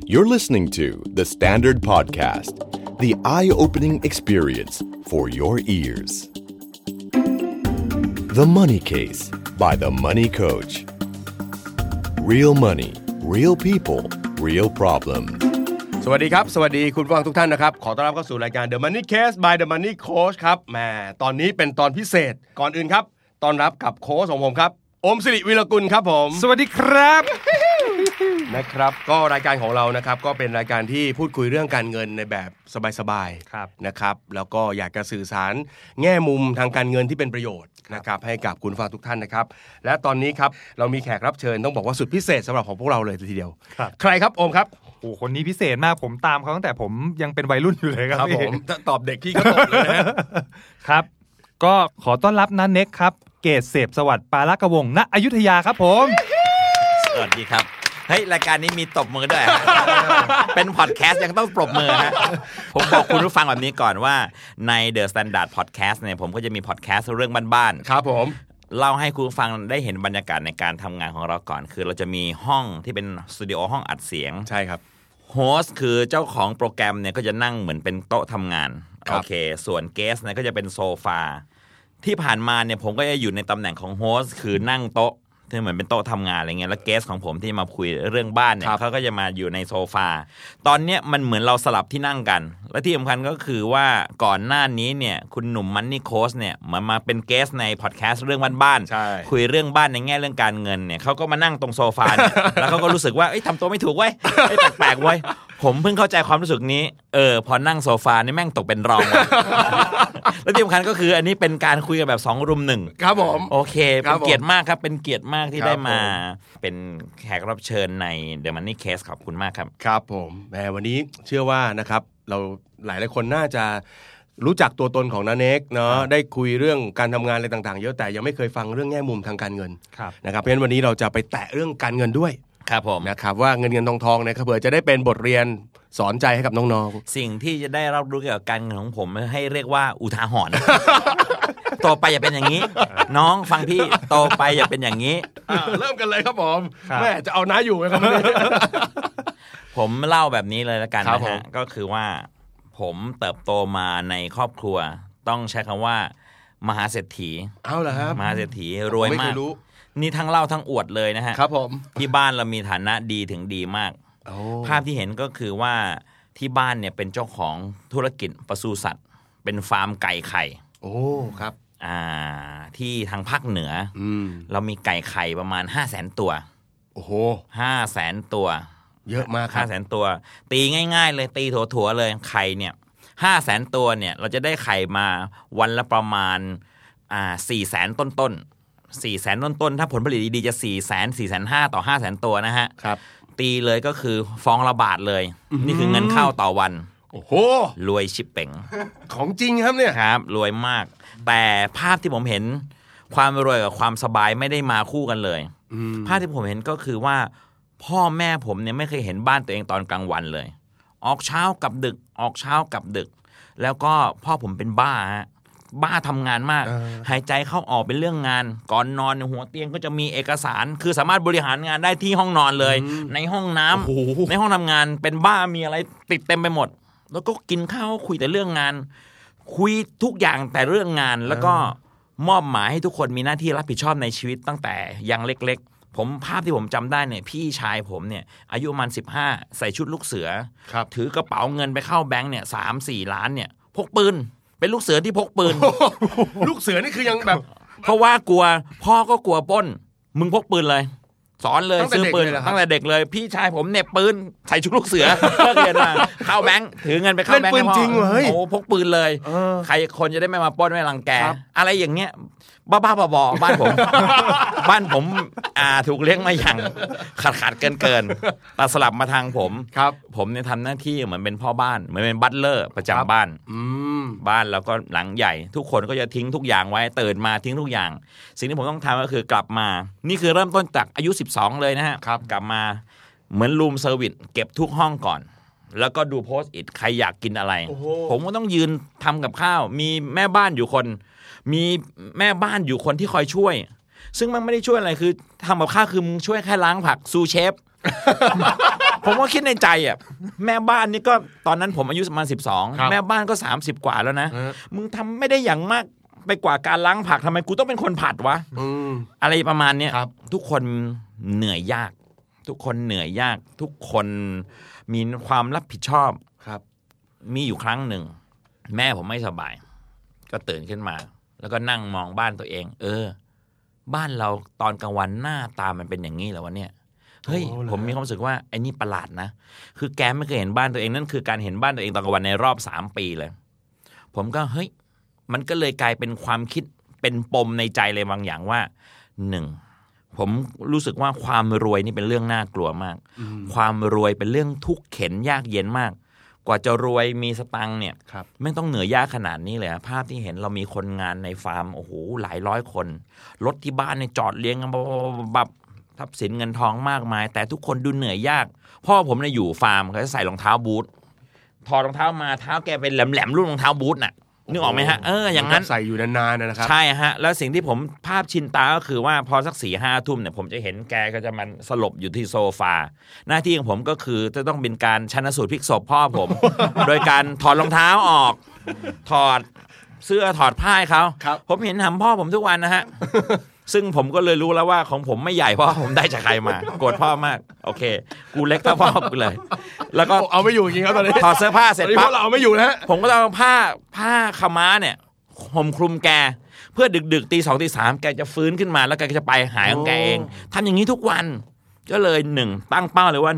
You're listening to The Standard Podcast, the eye-opening experience for your ears. The Money Case by The Money Coach. Real money, real people, real problem. สวัสดีครับสวัสดีคุณผู้ฟังทุกท่านนะครับขอต้อนรับเข้าสู่รายการ The Money Case by The Money Coach ครับแหมตอนนี้เป็นตอนพิเศษก่อนอื่นครับต้อนรับกับโค้ชของผมครับโอมสิริวีรกุลครับผมสวัสดีครับนะครับก็รายการของเรานะครับก็เป็นรายการที่พูดคุยเรื่องการเงินในแบบสบายๆนะครับแล้วก็อยากจะสื่อสารแง่มุมทางการเงินที่เป็นประโยชน์นะครับให้กับคุณผู้ฟังทุกท่านนะครับและตอนนี้ครับเรามีแขกรับเชิญต้องบอกว่าสุดพิเศษสำหรับของพวกเราเลยทีเดียวใครครับโอมครับโอ้คนนี้พิเศษมากผมตามเขาตั้งแต่ผมยังเป็นวัยรุ่นอยู่เลยครับผมตอบเด็กพี่ก็ตอบเลยนะครับก็ขอต้อนรับน้าเน็กครับเกษเสพสวัสดิ์ปาลกวงศ์ณอยุธยาครับผมสวัสดีครับเฮ้ยรายการนี้มีตบมือด้วย เป็นพอดแคสต์ยังต้องปรบมือฮะผมบอกคุณผู้ฟังแบบนี้ก่อนว่าใน The Standard Podcast เนี่ยผมก็จะมีพอดแคสต์เรื่องบ้านๆครับผมเล่าให้คุณผู้ฟังได้เห็นบรรยากาศในการทำงานของเราก่อนคือเราจะมีห้องที่เป็นสตูดิโอห้องอัดเสียงใช่ครับโฮสต์คือเจ้าของโปรแกรมเนี่ยก็จะนั่งเหมือนเป็นโต๊ะทำงานโอเคส่วนเกสเนี่ยก็จะเป็นโซฟาที่ผ่านมาเนี่ยผมก็จะอยู่ในตำแหน่งของโฮสต์คือนั่งโต๊ะที่เหมือนเป็นโต๊ะทำงานอะไรเงี้ยแล้วเกสของผมที่มาคุยเรื่องบ้านเนี่ยเขาก็จะมาอยู่ในโซฟาตอนเนี้ยมันเหมือนเราสลับที่นั่งกันและที่สำคัญก็คือว่าก่อนหน้านี้เนี่ยคุณหนุ่มมันนี่โค้ชเนี่ยมาเป็นเกสในพอดแคสต์เรื่องบ้านๆคุยเรื่องบ้านในแง่เรื่องการเงินเนี่ยเขาก็มานั่งตรงโซฟา แล้วเขาก็รู้สึกว่าทำตัวไม่ถูกเว้ยแปลกๆเว้ยผมเพิ่งเข้าใจความรู้สึกนี้พอนั่งโซฟานี่แม่งตกเป็นรอง แล้วที่สำคัญก็คืออันนี้เป็นการคุยกันแบบ2 รุม 1 ครับผมโอเคเป็นเกียรติมากครับเป็นเกียรติมากที่ได้มาเป็นแขกรับเชิญใน The Money Case ขอบคุณมากครับครับผมวันนี้เชื่อว่านะครับเราหลายคนน่าจะรู้จักตัวตนของน้าเน็กเนาะได้คุยเรื่องการทำงานอะไรต่างๆเยอะแต่ยังไม่เคยฟังเรื่องแง่มุมทางการเงินนะครับเพราะฉะนั้นวันนี้เราจะไปแตะเรื่องการเงินด้วยครับผมนะครับว่าเงินทองเนี่ยเผื่อจะได้เป็นบทเรียนสอนใจให้กับน้องๆสิ่งที่จะได้รับรู้เกี่ยวกับการเงินของผมให้เรียกว่าอุทาหรณ์ โตไปอย่าเป็นอย่างนี้น้องฟังพี่โตไปอย่าเป็นอย่างนี้เริ่มกันเลยครับผมแม่จะเอาน้าอยู่ไหมครับผมเล่าแบบนี้เลยละกันนะฮะก็คือว่าผมเติบโตมาในครอบครัวต้องใช้คำว่ามหาเศรษฐีเอาเหรอครับมหาเศรษฐีรวยมากนี่ทั้งเล่าทั้งอวดเลยนะฮะครับผมที่บ้านเรามีฐานะดีถึงดีมากภาพที่เห็นก็คือว่าที่บ้านเนี่ยเป็นเจ้าของธุรกิจปศุสัตว์เป็นฟาร์มไก่ไข่โอ้ครับที่ทางภาคเหนือเรามีไก่ไข่ประมาณ 500,000 ตัวโอ้โห 500,000 ตัวเยอะมากครับ 500,000 ตัวตีง่ายๆเลยตีถั่วๆเลยไข่เนี่ย 500,000 ตัวเนี่ยเราจะได้ไข่มาวันละประมาณ400,000 ต้นๆ400,000 ต้นๆถ้าผลผลิตดีๆจะ400,000 ต่อ 500,000 ตัวนะฮะครับตีเลยก็คือฟองละบาทเลยนี่คือเงินเข้าต่อวันโอ้โหรวยชิบเป๋งของจริงครับเนี่ยครับรวยมากแต่ภาพที่ผมเห็นความรวยกับความสบายไม่ได้มาคู่กันเลยภาพที่ผมเห็นก็คือว่าพ่อแม่ผมเนี่ยไม่เคยเห็นบ้านตัวเองตอนกลางวันเลยออกเช้ากับดึกออกเช้ากับดึกแล้วก็พ่อผมเป็นบ้าทำงานมากหายใจเข้าออกเป็นเรื่องงานก่อนนอนหัวเตียงก็จะมีเอกสารคือสามารถบริหารงานได้ที่ห้องนอนเลยในห้องน้ำในห้องทำงานเป็นบ้ามีอะไรติดเต็มไปหมดแล้วก็กินข้าวคุยแต่เรื่องงานคุยทุกอย่างแต่เรื่องงานแล้วก็มอบหมายให้ทุกคนมีหน้าที่รับผิดชอบในชีวิตตั้งแต่ยังเล็กๆผมภาพที่ผมจำได้เนี่ยพี่ชายผมเนี่ยอายุประมาณ15ใส่ชุดลูกเสือถือกระเป๋าเงินไปเข้าแบงค์เนี่ย 3-4 ล้านเนี่ยพกปืนเป็นลูกเสือที่พกปืนลูกเสือนี่คือยังแบบเพราะว่ากลัวพ่อก็กลัวปล้นมึงพกปืนเลยสอนเลยซื้อปืนตั้งแต่เด็กเลยพี่ชายผมเนี่ยปืนใส่ชุดลูกเสือเรียนมาเข้าแบงค์ถือเงินไปเข้าแบงค์ให้พ่อโอ้พกปืนเลยใครคนจะได้ไม่มาปล้นไม่รังแกอะไรอย่างเงี้ยบ้าๆบอๆบ้านผมถูกเลี้ยงมาอย่างขาดเกินแต่สลับมาทางผมเนี่ยทำหน้าที่เหมือนเป็นพ่อบ้านเหมือนเป็นบัตเลอร์ประจำบ้านบ้านแล้วก็หลังใหญ่ทุกคนก็จะทิ้งทุกอย่างไว้ตื่นมาทิ้งทุกอย่างสิ่งที่ผมต้องทำก็คือกลับมานี่คือเริ่มต้นจากอายุ12เลยนะฮะกลับมาเหมือนรูมเซอร์วิสเก็บทุกห้องก่อนแล้วก็ดูโพสต์อิทใครอยากกินอะไรผมก็ต้องยืนทำกับข้าวมีแม่บ้านอยู่คนมีแม่บ้านอยู่คนที่คอยช่วยซึ่งมันไม่ได้ช่วยอะไรคือทำกับข้าวคือมึงช่วยแค่ล้างผักซูเชฟ ผผมว่าคิดในใจอ่ะแม่บ้านนี่ก็ตอนนั้นผมอายุประมาณ12แม่บ้านก็30กว่าแล้วนะมึงทำไม่ได้อย่างมากไปกว่าการล้างผักทำไมกูต้องเป็นคนผัดวะอะไรประมาณเนี้ยทุกคนเหนื่อยยากทุกคนเหนื่อยยากทุกคนมีความรับผิดชอบครับมีอยู่ครั้งหนึ่งแม่ผมไม่สบายก็ตื่นขึ้นมาแล้วก็นั่งมองบ้านตัวเองบ้านเราตอนกลางวันหน้าตามันเป็นอย่างนี้เหรอวะเนี่ยเฮ้ยผมมีความรู้สึกว่าไอ้นี่ประหลาดนะคือแกไม่เคยเห็นบ้านตัวเองนั่นคือการเห็นบ้านตัวเองตอนกลางวันในรอบ3 ปีเลยผมก็เฮ้ยมันก็เลยกลายเป็นความคิดเป็นปมในใจเลยบางอย่างว่า1ผมรู้สึกว่าความรวยนี่เป็นเรื่องน่ากลัวมากความรวยเป็นเรื่องทุกข์เข็ญยากเย็นมากกว่าจะรวยมีสตังค์เนี่ยไม่ต้องเหนื่อยยากขนาดนี้เลยภาพที่เห็นเรามีคนงานในฟาร์มโอ้โหหลายร้อยคนรถที่บ้านเนี่ยจอดเรียงกันแบบทรัพย์สินเงินทองมากมายแต่ทุกคนดูเหนื่อยยากพ่อผมเนี่ยอยู่ฟาร์มเขาจะใส่รองเท้าบูทถอดรองเท้ามาเท้าแกเป็นแหลมๆรุ่นรองเท้าบูทน่ะนึกออกไหมฮะอย่างนั้นใส่อยู่นานๆนะครับใช่ฮะแล้วสิ่งที่ผมภาพชินตาก็คือว่าพอสัก 4-5 ทุ่มเนี่ยผมจะเห็นแกก็จะมันสลบอยู่ที่โซฟาหน้าที่ของผมก็คือจะต้องเป็นการชันสูตรพลิกศพพ่อผม โดยการถอดรองเท้าออกถอดเสื้อถอดผ้าให้เขาผมเห็นทำพ่อผมทุกวันนะฮะ ซึ่งผมก็เลยรู้แล้วว่าของผมไม่ใหญ่เพราะผมได้จากใครมาโกรธพ่อมากโอเคกูเล็กเท่าพ่อกูเลยแล้วก็เอาไม่อยู่จริงครับตอนนี้ถอดเสื้อผ้าเสร็จปั๊บเราเอาไม่อยู่นะผมก็ต้องเอาผ้าขม้าเนี่ยห่มคลุมแกเพื่อดึกๆตี 2 ตี 3แกจะฟื้นขึ้นมาแล้วแกจะไปหายของแกเองทำอย่างนี้ทุกวันก็เลย1ตั้งเป้าเลยว่า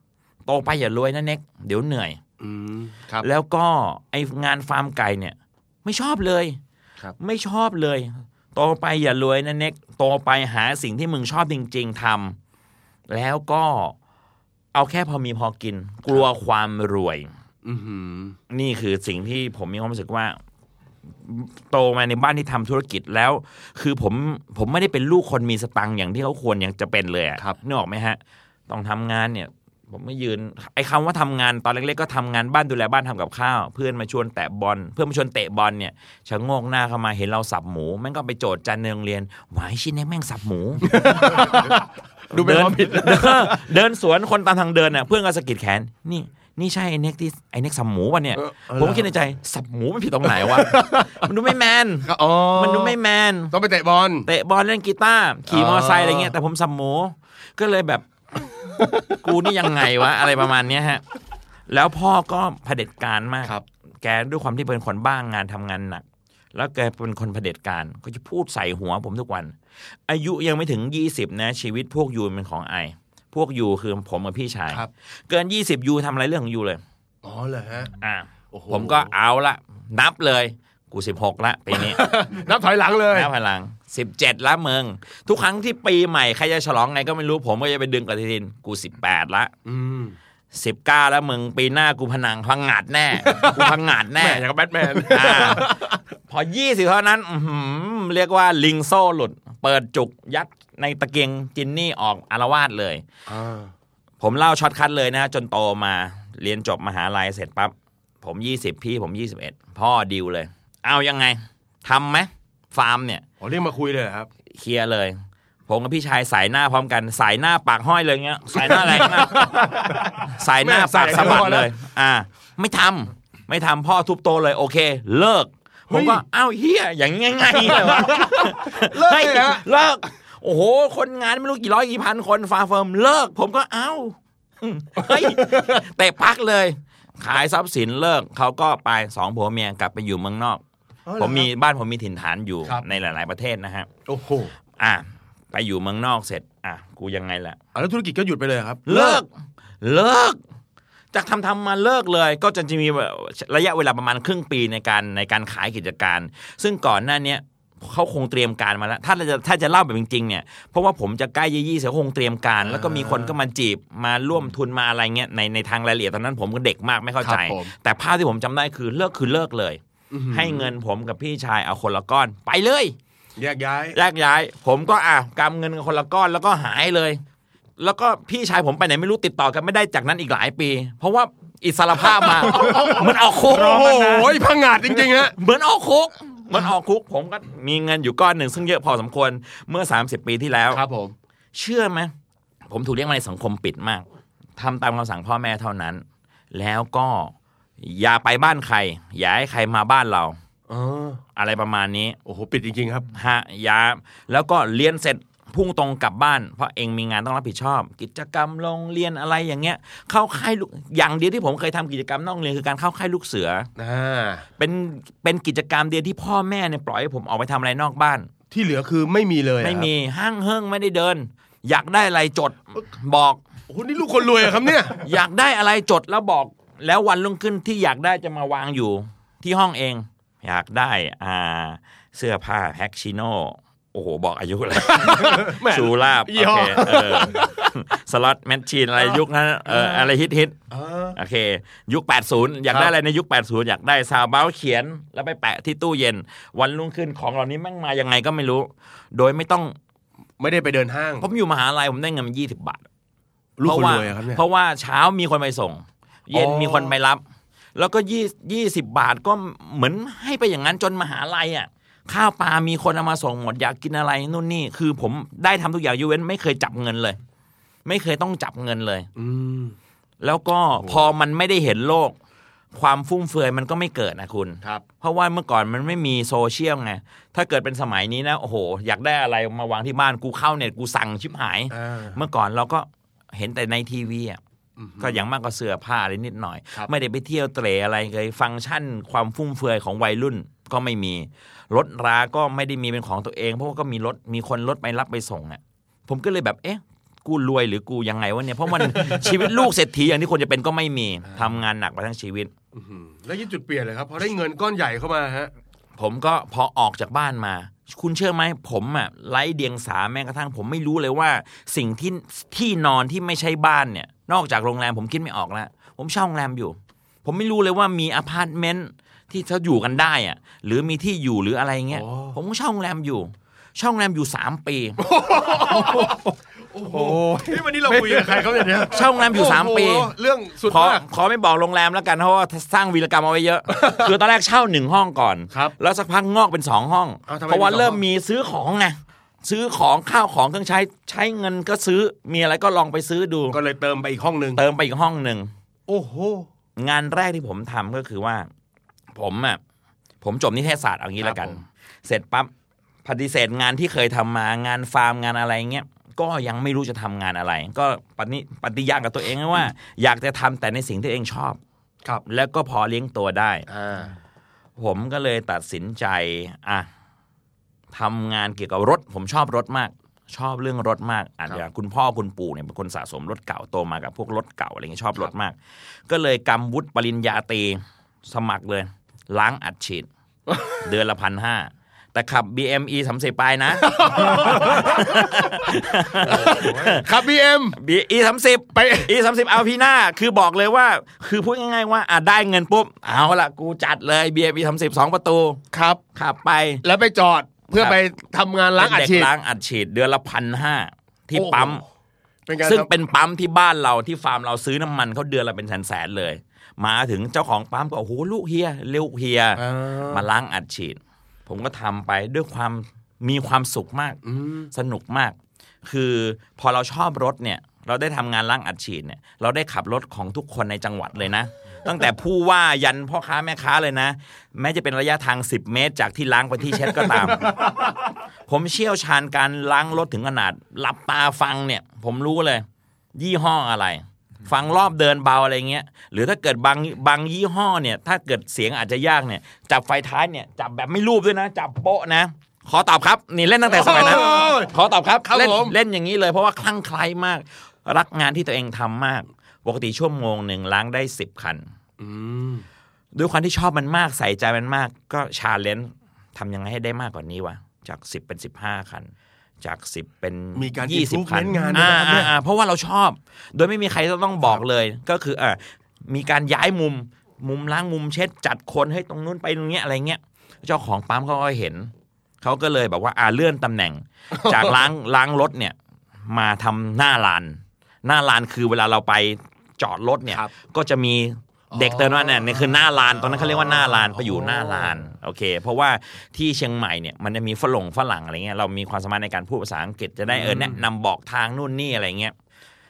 1โตไปอย่ารวยนะเน็กเดี๋ยวเหนื่อยแล้วก็ไองานฟาร์มไก่เนี่ยไม่ชอบเลยไม่ชอบเลยโตไปอย่ารวยนะเน็กโตไปหาสิ่งที่มึงชอบจริงๆทำแล้วก็เอาแค่พอมีพอกินกลัวความรวยนี่คือสิ่งที่ผมมีความรู้สึกว่าโตมาในบ้านที่ทำธุรกิจแล้วคือผมไม่ได้เป็นลูกคนมีสตังค์อย่างที่เขาควรยังจะเป็นเลยครับนึกออกไหมฮะต้องทำงานเนี่ยผมไม่ยืนไอ้คำว่าทำงานตอนเล็กๆก็ทำงานบ้านดูแลบ้านทำกับข้าวเพื่อนมาชวนแตะบอลเพื่อนมาชวนเตะบอลเนี่ยชะโงกหน้าเข้ามาเห็นเราสับหมูแม่งก็ไปโจทย์จันในโรงเรียนหวายชิ้นนี้แม่งสับหมูดูเป็นความผิดเดินสวนคนตามทางเดินน่ะเพื่อนก็สะกิดแขนนี่ใช่ไอ้เน็กสับหมูป่ะเนี่ยผมก็คิดในใจสับหมูมันผิดตรงไหนวะมันดูไม่แมนมันดูไม่แมนต้องไปเตะบอลเล่นกีตาร์ขี่มอเตอร์ไซค์อะไรเงี้ยแต่ผมสับหมูก็เลยแบบกูนี่ยังไงวะอะไรประมาณนี้ฮะแล้วพ่อก็เผด็จการมากแกด้วยความที่เป็นคนบ้างงานทำงานหนักแล้วแกเป็นคนเผด็จการก็จะพูดใส่หัวผมทุกวันอายุยังไม่ถึง20นะชีวิตพวกยูเป็นของไอพวกยูคือผมกับพี่ชายเกิน20ยูทำอะไรเรื่องของยูเลยอ๋อเหรอฮะผมก็เอาละนับเลยกู16ละปีนี้นับถอยหลังเลยนับถอยหลัง17ละเมืองทุกครั้งที่ปีใหม่ใครจะฉลองไงก็ไม่รู้ผมก็จะไปดึงปฏิทินกู18ละ19แล้วมึงปีหน้ากูพังงาดแน่กูพังงาดแน่อย่างกับแบทแมนพอ20เท่านั้นเรียกว่าลิงโซ่หลุดเปิดจุกยัดในตะเกียงจินนี่ออกอาละวาดเลยผมเล่าช็อตคัทเลยนะจนโตมาเรียนจบมหาลัยเสร็จปั๊บผม20พี่ผม21พ่อดิวเลยเอายังไงทำไหมฟาร์มเนี่ยเรียกมาคุยเลยครับเคลียร์เลยผมกับพี่ชายสายหน้าพร้อมกันสายหน้าปากห้อยเลยเงี้ยสายหน้าแรงมากสายหน้าปากสะบัดเลยไม่ทำพ่อทุบโตเลยโอเคเลิกผมก็อ้าวเฮียอย่างง่ายๆเลยวะเลิกโอ้โหคนงานไม่รู้กี่ร้อยกี่พันคนฟาร์มเลิกผมก็เอ้าเฮ้ยเตะพักเลยขายทรัพย์สินเลิกเขาก็ไป2ผัวเมียกลับไปอยู่เมืองนอกผมมีบ้านผมมีถิ่นฐานอยู่ในหลายๆประเทศนะฮะโอ้โหไปอยู่เมืองนอกเสร็จกูยังไงล่ะแล้วธุรกิจก็หยุดไปเลยครับเลิกจากทำมาเลิกเลยก็จะมีระยะเวลาประมาณครึ่งปีในการขายกิจการซึ่งก่อนหน้านี้เขาคงเตรียมการมาแล้วถ้าจะเล่าแบบจริงๆเนี่ยเพราะว่าผมจะใกล้ยี่เขาคงเตรียมการแล้วก็มีคนก็มาจีบมาร่วมทุนมาอะไรเงี้ยในทางรายละเอียดตอนนั้นผมก็เด็กมากไม่เข้าใจแต่ภาพที่ผมจำได้คือเลิกเลยให้เงินผมกับพี่ชายเอาคนละก้อนไปเลยแยกย้ายผมก็กำเงินคนละก้อนแล้วก็หายเลยแล้วก็พี่ชายผมไปไหนไม่รู้ติดต่อกันไม่ได้จากนั้นอีกหลายปีเพราะว่าอิสรภาพมาเหมือนออกคุกโอ้ยพังงาดจริงๆฮะเหมือนออกคุกผมก็มีเงินอยู่ก้อนหนึ่งซึ่งเยอะพอสมควรเมื่อ30ปีที่แล้วครับผมเชื่อไหมผมถูกเลี้ยงมาในสังคมปิดมากทำตามคำสั่งพ่อแม่เท่านั้นแล้วก็อย่าไปบ้านใครอย่าให้ใครมาบ้านเราอะไรประมาณนี้โอ้โหปิดจริงๆครับฮะอย่าแล้วก็เรียนเสร็จพุ่งตรงกลับบ้านเพราะเองมีงานต้องรับผิดชอบกิจกรรมโรงเรียนอะไรอย่างเงี้ยเข้าค่ายอย่างเดียวที่ผมเคยทำกิจกรรมนอกโรงเรียนคือการเข้าค่ายลูกเสือเป็นกิจกรรมเดียวที่พ่อแม่เนี่ยปล่อยให้ผมออกไปทำอะไรนอกบ้านที่เหลือคือไม่มีเลยไม่มีห้างเฮิ่งไม่ได้เดินอยากได้อะไรจดบอกโอ้โหนี่ลูกคนรวยอะครับเนี่ยอยากได้อะไรจดแล้วบอกแล้ววันรุ่งขึ้นที่อยากได้จะมาวางอยู่ที่ห้องเองอยากได้เสื้อผ้าแฮกชิโน่โอ้โหบอกอายุเลยชูลาบโอเคสล็อตแมชชีนอะไรยุคนั้นอะไรฮิตโอเคยุค80อยากได้อะไรในยุค80อยากได้ซาวเบลเขียนแล้วไปแปะที่ตู้เย็นวันรุ่งขึ้นของเหล่านี้แม่งมายังไงก็ไม่รู้โดยไม่ได้ไปเดินห้างผมอยู่มหาลัยผมได้เงิน20 บาทลูกคนรวยครับเนี่ยเพราะว่าเช้ามีคนไปส่งเย็นมีคนไปรับแล้วก็20 บาทก็เหมือนให้ไปอย่างนั้นจนมหาลัยอ่ะข้าวปลามีคนเอามาส่งหมดอยากกินอะไรนู่นนี่คือผมได้ทำทุกอย่างยกเว้นไม่เคยจับเงินเลยไม่เคยต้องจับเงินเลยแล้วก็พอมันไม่ได้เห็นโลกความฟุ่มเฟือยมันก็ไม่เกิดนะคุณครับเพราะว่าเมื่อก่อนมันไม่มีโซเชียลไงถ้าเกิดเป็นสมัยนี้นะโอ้โหอยากได้อะไรมาวางที่บ้านกูเข้าเน็ตกูสั่งชิบหายเมื่อก่อนเราก็เห็นแต่ในทีวีอ่ะก็อย่างมากก็เสื้อผ้าอะไรนิดหน่อยไม่ได้ไปเที่ยวเตร่อะไรเลยฟังก์ชันความฟุ่มเฟือยของวัยรุ่นก็ไม่มีรถราก็ไม่ได้มีเป็นของตัวเองเพราะว่าก็มีคนรถไปรับไปส่งอ่ะผมก็เลยแบบกูรวยหรือกูยังไงวะเนี่ยเพราะมัน ชีวิตลูกเศรษฐีอย่างที่ควรจะเป็นก็ไม่มีทำงานหนักมาทั้งชีวิตแล้วยิ่งจุดเปลี่ยนเลยครับพอได้เงินก้อนใหญ่เข้ามาฮะผมก็พอออกจากบ้านมาคุณเชื่อไหมผมไร้เดียงสาแม้กระทั่งผมไม่รู้เลยว่าสิ่งที่นอนที่ไม่ใช่บ้านเนี่ยนอกจากโรงแรมผมคิดไม่ออกแล้วผมเช่าโรงแรมอยู่ผมไม่รู้เลยว่ามีอพาร์ตเมนต์ที่เขาอยู่กันได้อ่ะหรือมีที่อยู่หรืออะไรเงี้ยผมก็เช่าโรงแรมอยู่3 ปีโอ้โหนี่วันนี้เราคุยกับใครเขาเนี่ยเช่าโรงแรมอยู่3 ปีเรื่องสุดมากขอไม่บอกโรงแรมแล้วกันเพราะว่าสร้างวีรกรรมเอาไว้เยอะคือตอนแรกเช่า1 ห้องก่อนแล้วสักพักงอกเป็น2 ห้องเพราะว่าเริ่มมีซื้อของไงซื้อของข้าวของเครื่องใช้เงินก็ซื้อมีอะไรก็ลองไปซื้อดูก็เลยเติมไปอีกห้องนึงโอ้โหงานแรกที่ผมทำก็คือว่าผมจบนิเทศศาสตร์เอางี้แล้วกันเสร็จปั๊บปฏิเสธงานที่เคยทำมางานฟาร์มงานอะไรเงี้ยก็ยังไม่รู้จะทำงานอะไรก็ปฏิญาณกับตัวเองว่าอยากจะทำแต่ในสิ่งที่เองชอบครับแล้วก็พอเลี้ยงตัวได้ผมก็เลยตัดสินใจทำงานเกี่ยวกับรถผมชอบรถมากชอบเรื่องรถมากอย่างคุณพ่อคุณปู่เนี่ยเป็นคนสะสมรถเก่าโตมากับพวกรถเก่าอะไรเงี้ยชอบรถมากก็เลยกำวุฒิปริญญาตรีสมัครเลยล้างอัดฉีดเดือนละ 1,500 แต่ขับ BM E30 ไปนะขับ BM E30 ไป E30 เอาพี่หน้าคือบอกเลยว่าคือพูดง่ายๆว่าได้เงินปุ๊บเอาละกูจัดเลย BM E30 2 ประตูครับขับไปแล้วไปจอดเพื่อไปทำงานล้างอัดฉีดล้างอัดฉีดเดือนละ 1,500 ที่ปั๊มซึ่งเป็นปั๊มที่บ้านเราที่ฟาร์มเราซื้อน้ำมันเขาเดือนละเป็นแสนๆเลยมาถึงเจ้าของปั๊มก็โอ้โหลูกเฮียมาล้างอัดฉีดผมก็ทำไปด้วยความมีความสุขมากสนุกมากคือพอเราชอบรถเนี่ยเราได้ทำงานล้างอัดฉีดเนี่ยเราได้ขับรถของทุกคนในจังหวัดเลยนะตั้งแต่ผู้ว่ายันพ่อค้าแม่ค้าเลยนะแม้จะเป็นระยะทาง10 เมตรจากที่ล้างไปที่เช็ดก็ตาม ผมเชี่ยวชาญการล้างรถถึงขนาดหลับตาฟังเนี่ยผมรู้เลยยี่ห้ออะไรฟังรอบเดินเบาอะไรเงี้ยหรือถ้าเกิดบางยี่ห้อเนี่ยถ้าเกิดเสียงอาจจะยากเนี่ยจับไฟท้ายเนี่ยจับแบบไม่รูปด้วยนะจับโป๊ะนะขอตอบครับนี่เล่นตั้งแต่สมัยนั้นขอตอบครับเล่นอย่างนี้เลยเพราะว่าคลั่งไคล้มากรักงานที่ตัวเองทำมากปกติชั่วโมงหนึ่งล้างได้10 คันด้วยความที่ชอบมันมากใส่ใจมันมากก็ชาเลนจ์ทำยังไงให้ได้มากกว่านี้วะจาก10เป็น15 คันจาก10เป็น20 คันเพราะว่าเราชอบโดยไม่มีใครต้องบอกเลยก็คือมีการย้ายมุมล้างมุมเช็ดจัดคนให้ตรงนู้นไปตรงเนี้ยอะไรเงี้ยเจ้าของปั๊มเขาก็เห็นเขาก็เลยแบบว่าเลื่อนตำแหน่งจากล้างรถเนี่ยมาทำหน้าลานคือเวลาเราไปจอดรถเนี่ยก็จะมีเด็กเตือนว่าเนี่ยคือหน้าลานตอนนั้นเขาเรียกว่าหน้าลานไปอยู่หน้าลานโอเคเพราะว่าที่เชียงใหม่เนี่ยมันจะมีฝรั่งอะไรเงี้ยเรามีความสามารถในการพูดภาษาอังกฤษจะได้แนะนำบอกทางนู่นนี่อะไรเงี้ย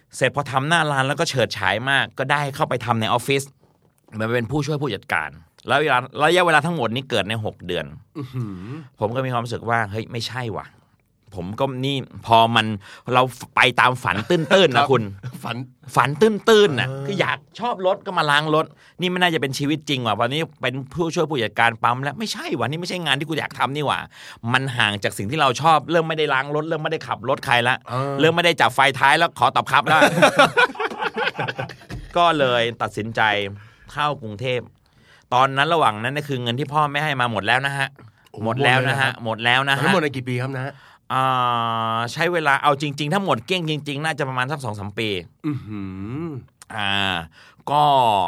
เสร็จพอทำหน้าร้านแล้วก็เฉิดฉายมากก็ได้เข้าไปทำในออฟฟิศมันเป็นผู้ช่วยผู้จัดการแล้วระยะเวลาทั้งหมดนี้เกิดใน6 เดือนผมก็มีความรู้สึกว่าเฮ้ยไม่ใช่ว่ะผมก็นี่พอมันเราไปตามฝันตื้นๆนะคุณฝันตื้นๆน่ะคืออยากชอบรถก็มาล้างรถนี่ไม่น่าจะเป็นชีวิตจริงว่ะวันนี้เป็นผู้ช่วยผู้จัดการปั๊มแล้วไม่ใช่ว่ะนี่ไม่ใช่งานที่กูอยากทำนี่หว่ามันห่างจากสิ่งที่เราชอบเริ่มไม่ได้ล้างรถเริ่มไม่ได้ขับรถใครละเริ่มไม่ได้จับไฟท้ายแล้วขอตอบครับแล้ว ก็เลยตัดสินใจเข้ากรุงเทพตอนนั้นระหว่างนั้นนี่คือเงินที่พ่อไม่ให้มาหมดแล้วนะฮะหมดแล้วนะฮะหมดแล้วนะฮะทั้งหมดในกี่ปีครับนะใช้เวลาเอาจริงๆถ้าหมดเก้งจริงๆน่าจะประมาณสัก 2-3 ปีก็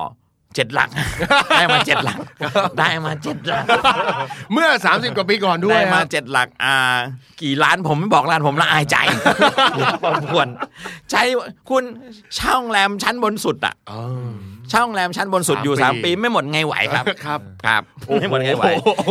7 หลักได้มา7 หลักได้มา7 หลักเมื่อ30 กว่าปีก่อนด้วยได้มา7 หลักกี่ล้านผมไม่บอกล้านผมละอายใจพอควรใช้คุณเช่าโรงแรมชั้นบนสุดอ่ะเช่าโรงแรมชั้นบนสุดอยู่3 ปีไม่หมดไงไหวครับครับไม่หมดไงไหว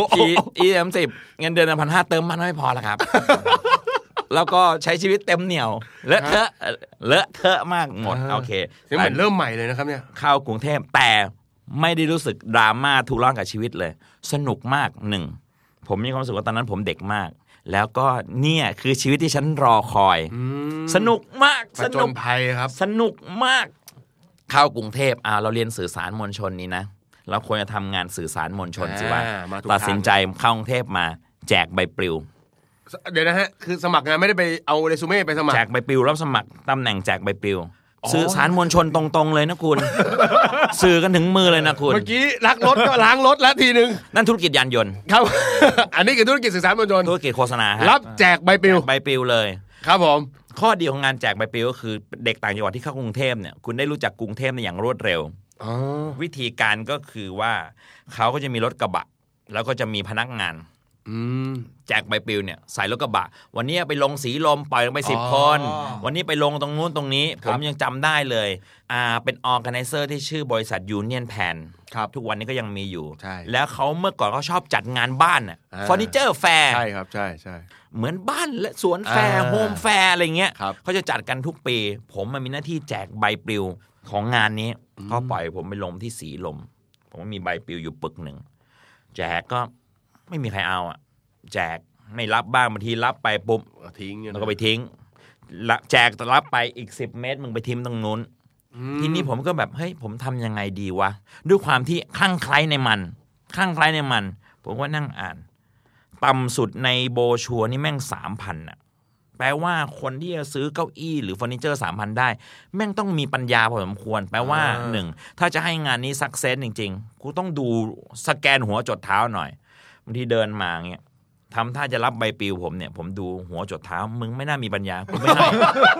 E30เงินเดือน1,500เติมมันไม่พอละครับแล้วก็ใช้ชีวิตเต็มเหนี่ยวเลอะเทอะมากหมดโอเคเหมือนเริ่มใหม่เลยนะครับเนี่ยเข้ากรุงเทพแต่ไม่ได้รู้สึกดราม่าทุกข์ร้อนกับชีวิตเลยสนุกมาก1ผมมีความรู้สึกว่าตอนนั้นผมเด็กมากแล้วก็เนี่ยคือชีวิตที่ฉันรอคอยสนุกมากสนุกภัยครับสนุกมากเข้ากรุงเทพเราเรียนสื่อสารมวลชนนี่นะเราควรจะทำงานสื่อสารมวลชนสิว่าตัดสินใจเข้ากรุงเทพมาแจกใบปลิวเดี๋ยวนะฮะคือสมัครงานไม่ได้ไปเอาเรซูเม่ไปสมัครแจกใบปลิวรับสมัครตำแหน่งแจกใบปลิวสื่อสารมวลชนตรงๆเลยนะคุณสื่อกันถึงมือเลยนะคุณเมื่อกี้รักรถก็ล้างรถแล้วทีนึงนั่นธุรกิจยานยนต์ครับอันนี้คือธุรกิจสื่อสารมวลชนธุรกิจโฆษณารับแจกใบปลิวเลยครับผมข้อดีของงานแจกใบปลิวก็คือเด็กต่างจังหวัดที่เข้ากรุงเทพเนี่ยคุณได้รู้จักกรุงเทพในอย่างรวดเร็ววิธีการก็คือว่าเขาก็จะมีรถกระบะแล้วก็จะมีพนักงานแจกใบปลิวเนี่ยใส่รถกระบะวันนี้ไปลงสีลมปล่อยลงไป10 คนวันนี้ไปลงตรงนู้นตรงนี้ผมยังจำได้เลยเป็นออร์แกไนเซอร์ที่ชื่อบริษัทยูเนียนแพนทุกวันนี้ก็ยังมีอยู่แล้วเขาเมื่อก่อนเขาชอบจัดงานบ้านเฟอร์นิเจอร์แฟร์ใช่ครับใช่เหมือนบ้านและสวนแฟร์โฮมแฟร์อะไรเงี้ยเขาจะจัดกันทุกปีผมมันมีหน้าที่แจกใบปลิวของงานนี้เขาปล่อยผมไปลงที่สีลมผมมีใบปลิวอยู่ปึกหนึ่งแจกก็ไม่มีใครเอาแจกไม่รับบ้างบางทีรับไปปุ๊บทิ้งแล้วก็ไปทิ้งแจกรับไปอีก10 เมตรมึงไปทิ้งตรงนู้นทีนี้ผมก็แบบเฮ้ยผมทำยังไงดีวะด้วยความที่คลั่งไคล้ในมันผมก็นั่งอ่านต่ำสุดในโบชัวนี่แม่ง 3,000 แปลว่าคนที่จะซื้อเก้าอี้หรือเฟอร์นิเจอร์ 3,000 ได้แม่งต้องมีปัญญาพอสมควรแปลว่า1ถ้าจะให้งานนี้ซักเซสจริงๆกูต้องดูสแกนหัวจดเท้าหน่อยบางทีเดินมาเงี้ยทำท่าจะรับใบปลิวผมเนี่ยผมดูหัวจดเท้ามึงไม่น่ามีปัญญากูไม่ให้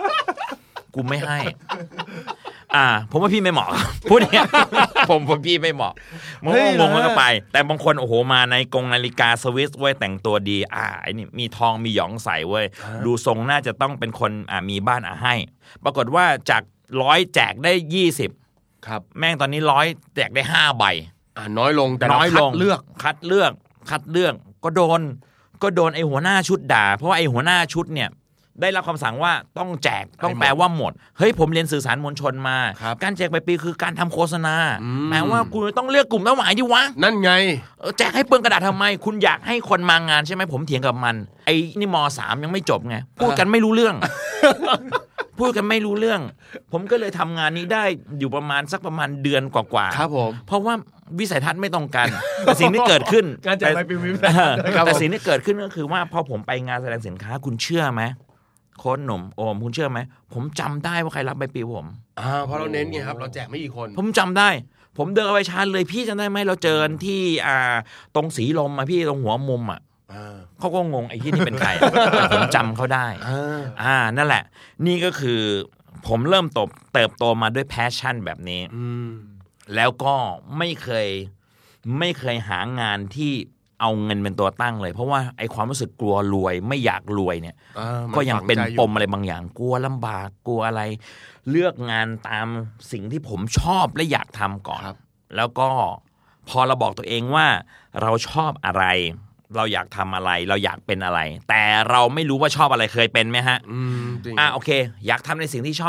ผมว่าพี่ไม่เหมาะพูดเนี่ยผมว่าพี่ไม่เหมาะงงก็ไปแต่บางคนโอ้โหมาในกงนาฬิกาสวิสเว้ยแต่งตัวดีไอ้นี่มีทองมีหยองใส่เว้ยดูทรงน่าจะต้องเป็นคนมีบ้านให้ปรากฏว่าจาก100แจกได้20 ครับแม่งตอนนี้100แจกได้5ใบน้อยลงแต่น้อยลงคัดเลือกก็โดนไอ้หัวหน้าชุดด่าเพราะว่าไอ้หัวหน้าชุดเนี่ยได้รับคำสั่งว่าต้องแจกต้องแปลว่าหมดเฮ้ยผมเรียนสื่อสารมวลชนมาการแจกใบปลิวคือการทำโฆษณาแปลว่าคุณต้องเลือกกลุ่มเป้าหมายดิวะนั่นไงแจกให้เปลืองกระดาษทำไมคุณอยากให้คนมางานใช่ไหมผมเถียงกับมันไอ้นี่ม.3 ยังไม่จบไงพูดกันไม่รู้เรื่องผมก็เลยทำงานนี้ได้อยู่ประมาณเดือนกว่าๆครับผมเพราะว่าวิสัยทัศน์ไม่ตรงกันแต่สิ่งที่เกิดขึ้นการแจกใบปลิวแต่สิ่งที่เกิดขึ้นก็คือว่าพอผมไปงานแสดงสินค้าคุณเชื่อไหมโค้ชหนุ่มโอมคุณเชื่อไหมผมจำได้ว่าใครรับใบปลิวผมเพราะเราเน้นไงครับเราแจกไม่กี่คนผมจำได้ผมเดินเอาไปชาร์จเลยพี่จำได้ไหมเราเจอที่ตรงสีลมพี่ตรงหัวมุมเขาก็งงไอ้ที่นี่เป็นใครแต่ผมจำเขาได้นั่นแหละนี่ก็คือผมเริ่มเติบโตมาด้วยแพชชั่นแบบนี้แล้วก็ไม่เคยหางานที่เอาเงินเป็นตัวตั้งเลยเพราะว่าไอ้ความรู้สึกกลัวรวยไม่อยากรวยเนี่ยก็ยังเป็นปมอะไรบางอย่างกลัวลำบากกลัวอะไรเลือกงานตามสิ่งที่ผมชอบและอยากทำก่อนแล้วก็พอเราบอกตัวเองว่าเราชอบอะไรเราอยากทำอะไรเราอยากเป็นอะไรแต่เราไม่รู้ว่าชอบอะไรเคยเป็นไหมฮะโอเคอยากทำในสิ่งที่ชอบ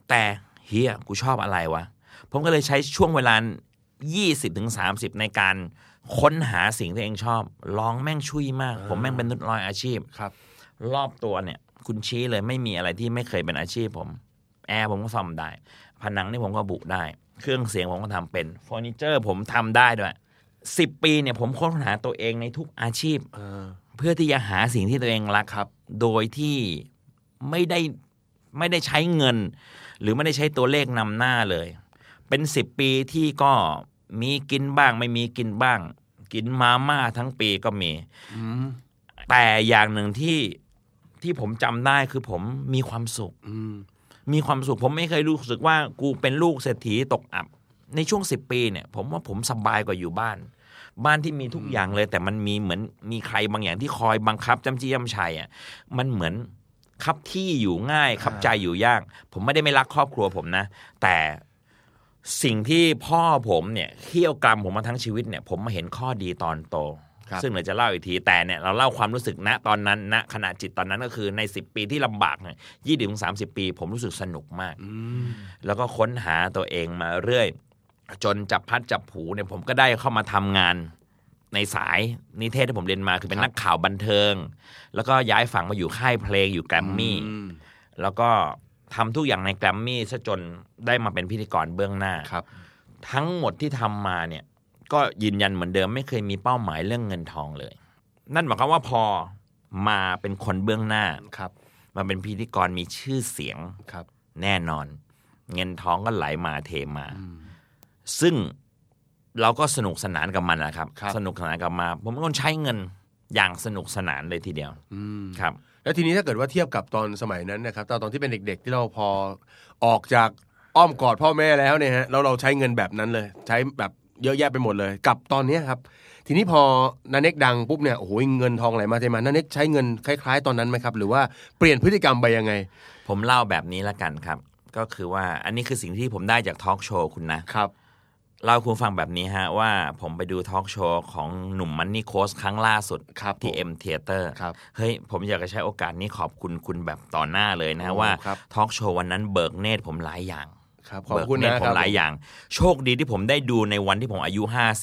แต่เฮียกูชอบอะไรวะผมก็เลยใช้ช่วงเวลา 20-30 ในการค้นหาสิ่งที่เองชอบลองแม่งชุยมากผมแม่งเป็นร้อยอาชีพครับรอบตัวเนี่ยคุณชี้เลยไม่มีอะไรที่ไม่เคยเป็นอาชีพผมแอร์ผมก็ซ่อมได้ผนังนี่ผมก็บุได้เครื่องเสียงผมก็ทำเป็นเฟอร์นิเจอร์ผมทำได้ด้วย10 ปีเนี่ยผมค้นหาตัวเองในทุกอาชีพเพื่อที่จะหาสิ่งที่ตัวเองรักครับโดยที่ไม่ได้ใช้เงินหรือไม่ได้ใช้ตัวเลขนำหน้าเลยเป็น10 ปีที่ก็มีกินบ้างไม่มีกินบ้างกินมาม่าทั้งปีก็มีแต่อย่างหนึ่งที่ผมจำได้คือผมมีความสุขมีความสุขผมไม่เคยรู้สึกว่ากูเป็นลูกเศรษฐีตกอับในช่วง10 ปีเนี่ยผมว่าผมสบายกว่าอยู่บ้านที่มีทุกอย่างเลยแต่มันมีเหมือนมีใครบางอย่างที่คอยบังคับจำจี้จำชัยอ่ะมันเหมือนคับที่อยู่ง่ายคับใจอยู่ยากผมไม่ได้ไม่รักครอบครัวผมนะแต่สิ่งที่พ่อผมเนี่ยเคี่ยวกรำผมมาทั้งชีวิตเนี่ยผมมาเห็นข้อดีตอนโตซึ่งเดี๋ยวจะเล่าอีกทีแต่เนี่ยเราเล่าความรู้สึกณตอนนั้นณขณะจิตตอนนั้นก็คือใน10 ปีที่ลำบากเนี่ย20-30 ปีผมรู้สึกสนุกมากแล้วก็ค้นหาตัวเองมาเรื่อยจนจับพัดจับผูเนี่ยผมก็ได้เข้ามาทำงานในสายนิเทศที่ผมเรียนมาคือเป็นนักข่าวบันเทิงแล้วก็ย้ายฝั่งมาอยู่ค่ายเพลงอยู่แกรมมี่แล้วก็ทำทุกอย่างในแกรมมี่ซะจนได้มาเป็นพิธีกรเบื้องหน้าทั้งหมดที่ทำมาเนี่ยก็ยืนยันเหมือนเดิมไม่เคยมีเป้าหมายเรื่องเงินทองเลยนั่นหมายความว่าพอมาเป็นคนเบื้องหน้ามาเป็นพิธีกรมีชื่อเสียงแน่นอนเงินทองก็ไหลมาเทมาซึ่งเราก็สนุกสนานกับมันนะครับสนุกสนานกับมาผมเป็นคนใช้เงินอย่างสนุกสนานเลยทีเดียวครับแล้วทีนี้ถ้าเกิดว่าเทียบกับตอนสมัยนั้นนะครับตอนที่เป็นเด็กๆที่เราพอออกจากอ้อมกอดพ่อแม่แล้วเนี่ยฮะแล้วเราใช้เงินแบบนั้นเลยใช้แบบเยอะแยะไปหมดเลยกับตอนนี้ครับทีนี้พอนาเน็กดังปุ๊บเนี่ยโอ้โหเงินทองไหลมาเทมานาเน็กใช้เงินคล้ายๆตอนนั้นไหมครับหรือว่าเปลี่ยนพฤติกรรมไปยังไงผมเล่าแบบนี้ละกันครับก็คือว่าอันนี้คือสิ่งที่ผมได้จากทอล์กโชว์คุณนะครับเล่าคุณฟังแบบนี้ฮะว่าผมไปดูทอล์กโชว์ของหนุ่มมันนี่โค้ชครั้งล่าสุดที่เอ็มเธียเตอร์เฮ้ยผมอยากจะใช้โอกาสนี้ขอบคุณคุณแบบต่อหน้าเลยนะว่าทอล์กโชว์วันนั้นเบิกเนตรผมหลายอย่างขอบคุณนะผมหลายอย่างโชคดีที่ผมได้ดูในวันที่ผมอายุ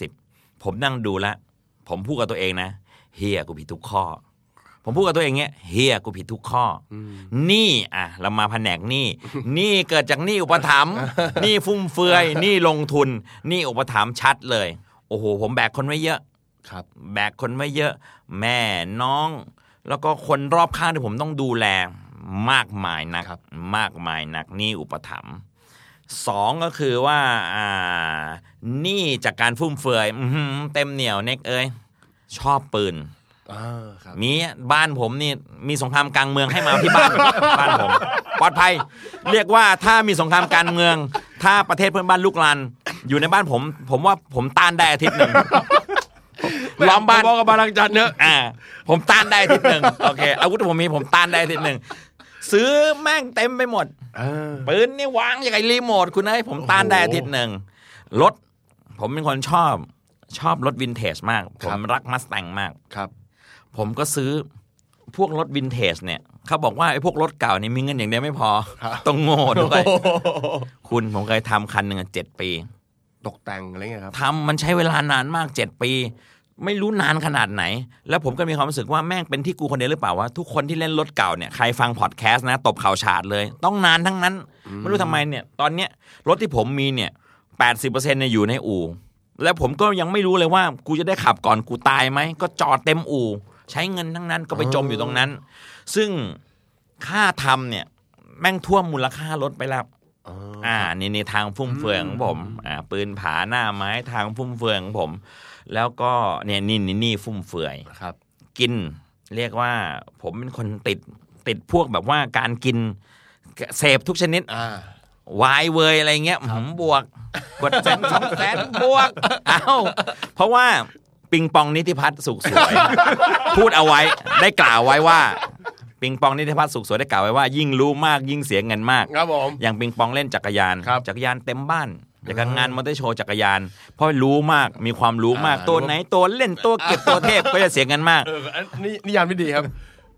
50ผมนั่งดูแล้วผมพูดกับตัวเองนะเฮียกูผิดทุกข้อผมพูดกับตัวเองเงี้ยเฮียกูผิดทุกข้อนี่เรามาแผนกนี่เกิดจากนี่อุปถัมภ์นี่ฟุ่มเฟือยนี่ลงทุนนี่อุปถัมภ์ชัดเลยโอ้โหผมแบกคนไว้เยอะแบกคนไว้เยอะแม่น้องแล้วก็คนรอบข้างที่ผมต้องดูแลมากมายนักนี่อุปถัมภ์2ก็คือว่านี่จากการฟุ่มเฟือยเต็มเหนียวเน็กเอ้ยชอบปืนมีบ้านผมนี่มีสงครามกลางเมืองให้มาที่บ้านผมปลอดภัยเรียกว่าถ้ามีสงครามกลางเมืองถ้าประเทศเพื่อนบ้านลุกลานอยู่ในบ้านผมว่าผมต้านได้อาทิตย์นึงล้อมบ้านบอกกับบาลังจันเนอะผมต้านได้อาทิตย์นึงโอเคอาวุธผมมีผมต้านได้อาทิตย์นึงซื้อแม่งเต็มไปหมดปืนนี่วางอย่างไงรีโมทคุณเอ้ยผมต้านได้อาทิตย์นึงรถผมเป็นคนชอบรถวินเทจมากผมรักมัสแตงมากครับผมก็ซื้อพวกรถวินเทจเนี่ยเขาบอกว่าไอ้พวกรถเก่านี่มีเงินอย่างเดียวไม่พอต้องโง่ด้วยคุณผมเคยทำคันหนึ่ง7 ปีตกแต่งอะไรเงี้ยครับทำมันใช้เวลานานมาก7 ปีไม่รู้นานขนาดไหนแล้วผมก็มีความรู้สึกว่าแม่งเป็นที่กูคนเดียวหรือเปล่าว่าทุกคนที่เล่นรถเก่าเนี่ยใครฟังพอดแคสต์นะตบเข่าฉาดเลยต้องนานทั้งนั้นไม่รู้ทำไมเนี่ยตอนเนี้ยรถที่ผมมีเนี่ย 80% เนี่ยอยู่ในอู่แล้วผมก็ยังไม่รู้เลยว่ากูจะได้ขับก่อนกูตายไหมก็จอดเต็มอู่ใช้เงินทั้งนั้นก็ไปจมอยู่ตรงนั้นซึ่งค่าทำเนี่ยแม่งท่วมมูลค่ารถไปแล้วนี่ทางฟุ่มเฟือยของผมปืนผาหน้าไม้ทางฟุ่มเฟือยของผมแล้วก็เนี่ยนี่ฟุ่มเฟือยครับกินเรียกว่าผมเป็นคนติดพวกแบบว่าการกินเสพทุกชนิดวายเวยอะไรเงี้ยบวกกด100,000-200,000บวกเพราะว่าปิงปองนิติพัฒน์สุขสวยพูดเอาไว้ได้กล่าวไว้ว่าปิงปองนิติพัฒน์สุขสวยได้กล่าวไว้ว่ายิ่งรู้มากยิ่งเสียเงินมากครับผมอย่างปิงปองเล่นจักรยานเต็มบ้านจากงานมอเตอร์โชว์จักรยานเพราะรู้มากมีความรู้มากตัวไหนตัวเล่นตัวเก็บตัวเทพก็จะเสียเงินมากนิยามไม่ดีครับ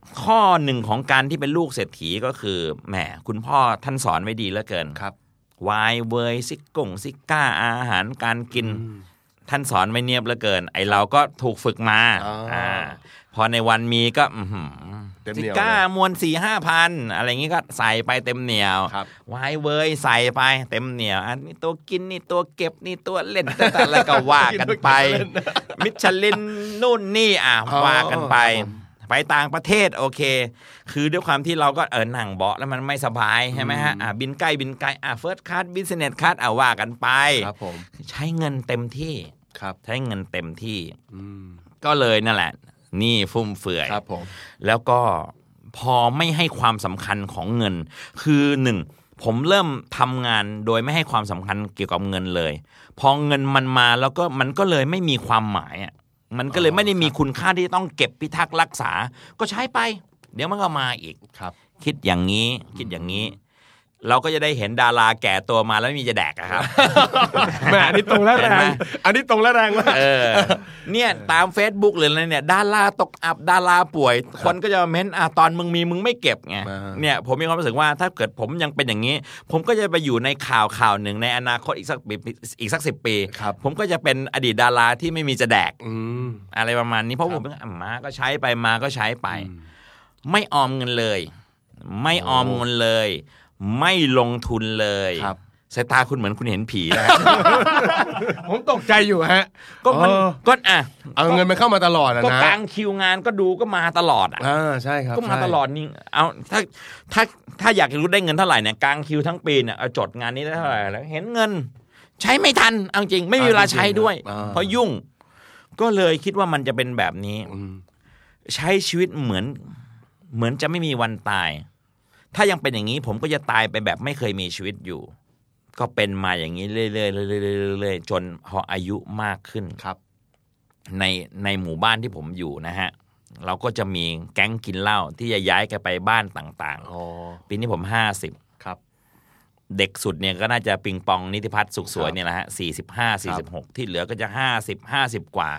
ข้อหนึ่งของการที่เป็นลูกเศรษฐีก็คือแหมคุณพ่อท่านสอนไว้ดีเหลือเกินครับวายเวยซิกก้าอาหารการกินท่านสอนไว้เนียบเหลือเกินไอเราก็ถูกฝึกมาพอในวันมีก็ซิก้ามวน 4-5,000 อะไรอย่างงี้ก็ใส่ไปเต็มเหนียววายเวยใส่ไปเต็มเหนียวอันนี้ตัวกินนี่ตัวเก็บนี่ตัวเล่นแต่อะไรก็ว่ากันไปมิชลินนู่นนี่ว่ากันไปต่างประเทศโอเคคือด้วยความที่เราก็นั่งเบาะแล้วมันไม่สบายใช่ไหมฮะบินใกล้เฟิร์สคลาสบิสเนสคลาสว่ากันไปครับผมใช้เงินเต็มที่ครับใช้เงินเต็มที่ก็เลยนั่นแหละนี่ฟุ่มเฟือยครับผมแล้วก็พอไม่ให้ความสำคัญของเงินคือหนึ่งผมเริ่มทำงานโดยไม่ให้ความสำคัญเกี่ยวกับเงินเลยพอเงินมันมาแล้วก็มันก็เลยไม่มีความหมายมันก็เลยไม่ได้มีคุณค่าที่ต้องเก็บพิทักษ์รักษาก็ใช้ไปเดี๋ยวมันก็มาอีกคิดอย่างนี้เราก็จะได้เห็นดาราแก่ตัวมาแล้วไม่มีจะแดกครับแหมอันนี้ตรงและแรงอันนี้ตรงและแรงมากเนี่ยตาม Facebook หรืออะไรเนี่ยดาราตกอับดาราป่วยคนก็จะเม้นตอนมึงมีมึงไม่เก็บไงเนี่ยผมมีความรู้สึกว่าถ้าเกิดผมยังเป็นอย่างนี้ผมก็จะไปอยู่ในข่าวหนึ่งในอนาคตอีกสัก10 ปีผมก็จะเป็นอดีตดาราที่ไม่มีจะแดกอะไรประมาณนี้เพราะผมมาก็ใช้ไปมาก็ใช้ไปไม่ออมเงินเลยไม่ออมเงินเลยไม่ลงทุนเลยสายตาคุณเหมือนคุณเห็นผีนะผมตกใจอยู่ฮะก็เอาเงินมันเข้ามาตลอดนะก็กลางคิวงานก็ดูก็มาตลอดใช่ครับก็มาตลอดนี่เอาถ้าอยากรู้ได้เงินเท่าไหร่เนี่ยกลางคิวทั้งปีเนี่ยเอาจดงานนี้ได้เท่าไหร่แล้วเห็นเงินใช้ไม่ทันเอาจริงไม่มีเวลาใช้ด้วยเพราะยุ่งก็เลยคิดว่ามันจะเป็นแบบนี้ใช้ชีวิตเหมือนจะไม่มีวันตายถ้ายังเป็นอย่างนี้ผมก็จะตายไปแบบไม่เคยมีชีวิตอยู่ก็เป็นมาอย่างนี้เรื่อยๆจนพออายุมากขึ้นครับในหมู่บ้านที่ผมอยู่นะฮะเราก็จะมีแก๊งกินเหล้าที่จะย้ายกันไปบ้านต่างๆปีนี้ผม50 ครับเด็กสุดเนี่ยก็น่าจะปิงปองนิติพัฒน์สุขสวยเนี่ยแหละฮะ45-46ที่เหลือก็จะ50กว่า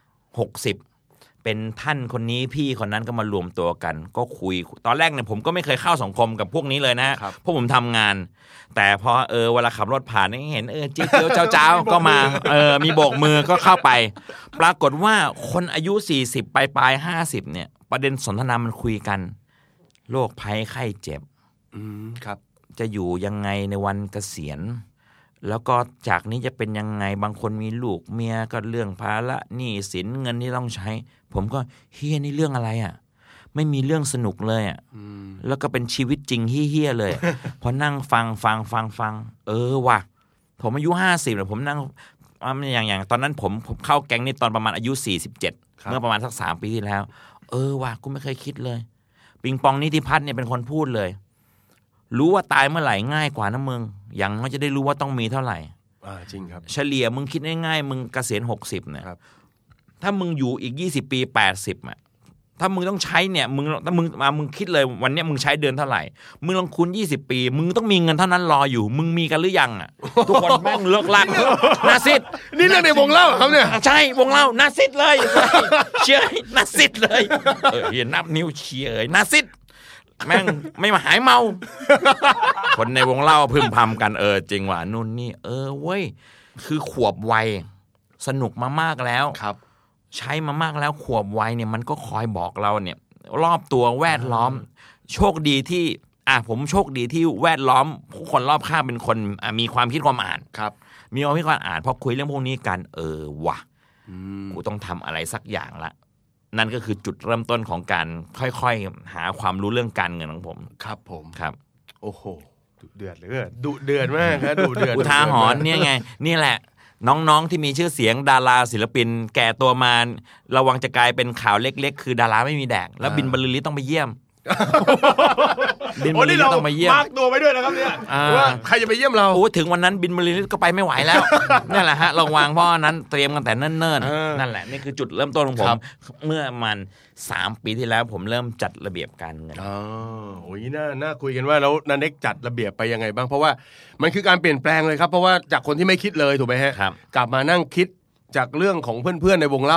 60เป็นท่านคนนี้พี่คนนั้นก็มารวมตัวกันก็คุยตอนแรกเนี่ยผมก็ไม่เคยเข้าสังคมกับพวกนี้เลยนะเพราะผมทำงานแต่พอเวลาขับรถผ่านเห็นจิ๊กเกียวเจ้าก็มามีโบกมือก็เข้าไปปรากฏว่าคนอายุ40ปลาย50เนี่ยประเด็นสนทนามันคุยกันโรคภัยไข้เจ็บครับจะอยู่ยังไงในวันเกษียณแล้วก็จากนี้จะเป็นยังไงบางคนมีลูกเมียก็เรื่องภาระหนี้สินเงินที่ต้องใช้ผมก็เฮียนี่เรื่องอะไรไม่มีเรื่องสนุกเลยแล้วก็เป็นชีวิตจริงเฮี้ยๆเลยพอนั่งฟังว่ะผมอายุ50แล้วผมนั่งอย่างตอนนั้นผมเข้าแก๊งนี่ตอนประมาณอายุ47เมื่อประมาณสัก3 ปีที่แล้วว่ะกูไม่เคยคิดเลยปิงปองนิติพัฒน์เนี่ยเป็นคนพูดเลยรู้ว่าตายเมื่อไหร่ง่ายกว่านะมึงยังไม่จะได้รู้ว่าต้องมีเท่าไหร่จริงครับเฉลี่ยมึงคิดง่ายๆมึงเกษียณ60เนี่ยถ้ามึงอยู่อีก20 ปี80ถ้ามึงต้องใช้เนี่ยมึงคิดเลยวันนี้มึงใช้เดือนเท่าไหร่มึงลองคูณ20 ปีมึงต้องมีเงินเท่านั้นรออยู่มึงมีกันหรือยังทุกคนแม่งเลิกลักน่าซิดนี่เรื่องในวงเล่าครับเนี่ยใช่วงเล่าน่าซิดเลยเชื่อน่าซิดเลยเห็นนับนิ้วเชียร์น่าซิดแม่งไม่มาหายเมาคนในวงเล่าพึมพำกันจริงว่ะนู่นนี่เว้ยคือขวบวัยสนุกมามากแล้วครับใช้มามากแล้วขวบวัยเนี่ยมันก็คอยบอกเราเนี่ยรอบตัวแวดล้อมโชคดีที่ผมโชคดีที่แวดล้อมผู้คนรอบข้างเป็นคนมีความคิดความอ่านครับมีความคิดความอ่านพอคุยเรื่องพวกนี้กันว่ะกูต้องทำอะไรสักอย่างละนั่นก็คือจุดเริ่มต้นของการค่อยๆหาความรู้เรื่องการเงินของผมครับผมครับโอ้โหดุเดือดเลยดุเดือดมากครับดุเดือดอุทาหรณ์เนี่ยไงนี่แหละน้องๆที่มีชื่อเสียงดาราศิลปินแก่ตัวมาระวังจะกลายเป็นข่าวเล็กๆคือดาราไม่มีแดกแล้วบินบรรลือฤทธิ์ต้องไปเยี่ยมบินบรรลือฤทธิ์ต้องไปเยี่ยมมาร์กตัวไปด้วยนะครับเนี่ยว่าใครจะไปเยี่ยมเราถึงวันนั้นบินบรรลือฤทธิ์ก็ไปไม่ไหวแล้วนั่นแหละฮะระวังเพราะนั้นเตรียมกันแต่เนิ่นๆนั่นแหละนี่คือจุดเริ่มต้นของผมเมื่อมัน3 ปีที่แล้วผมเริ่มจัดระเบียบการเงินโอ้ยน่าคุยกันว่าแล้วนันเน็กจัดระเบียบไปยังไงบ้างเพราะว่ามันคือการเปลี่ยนแปลงเลยครับเพราะว่าจากคนที่ไม่คิดเลยถูกไหมฮะกลับมานั่งคิดจากเรื่องของเพื่อนๆในวงเล่า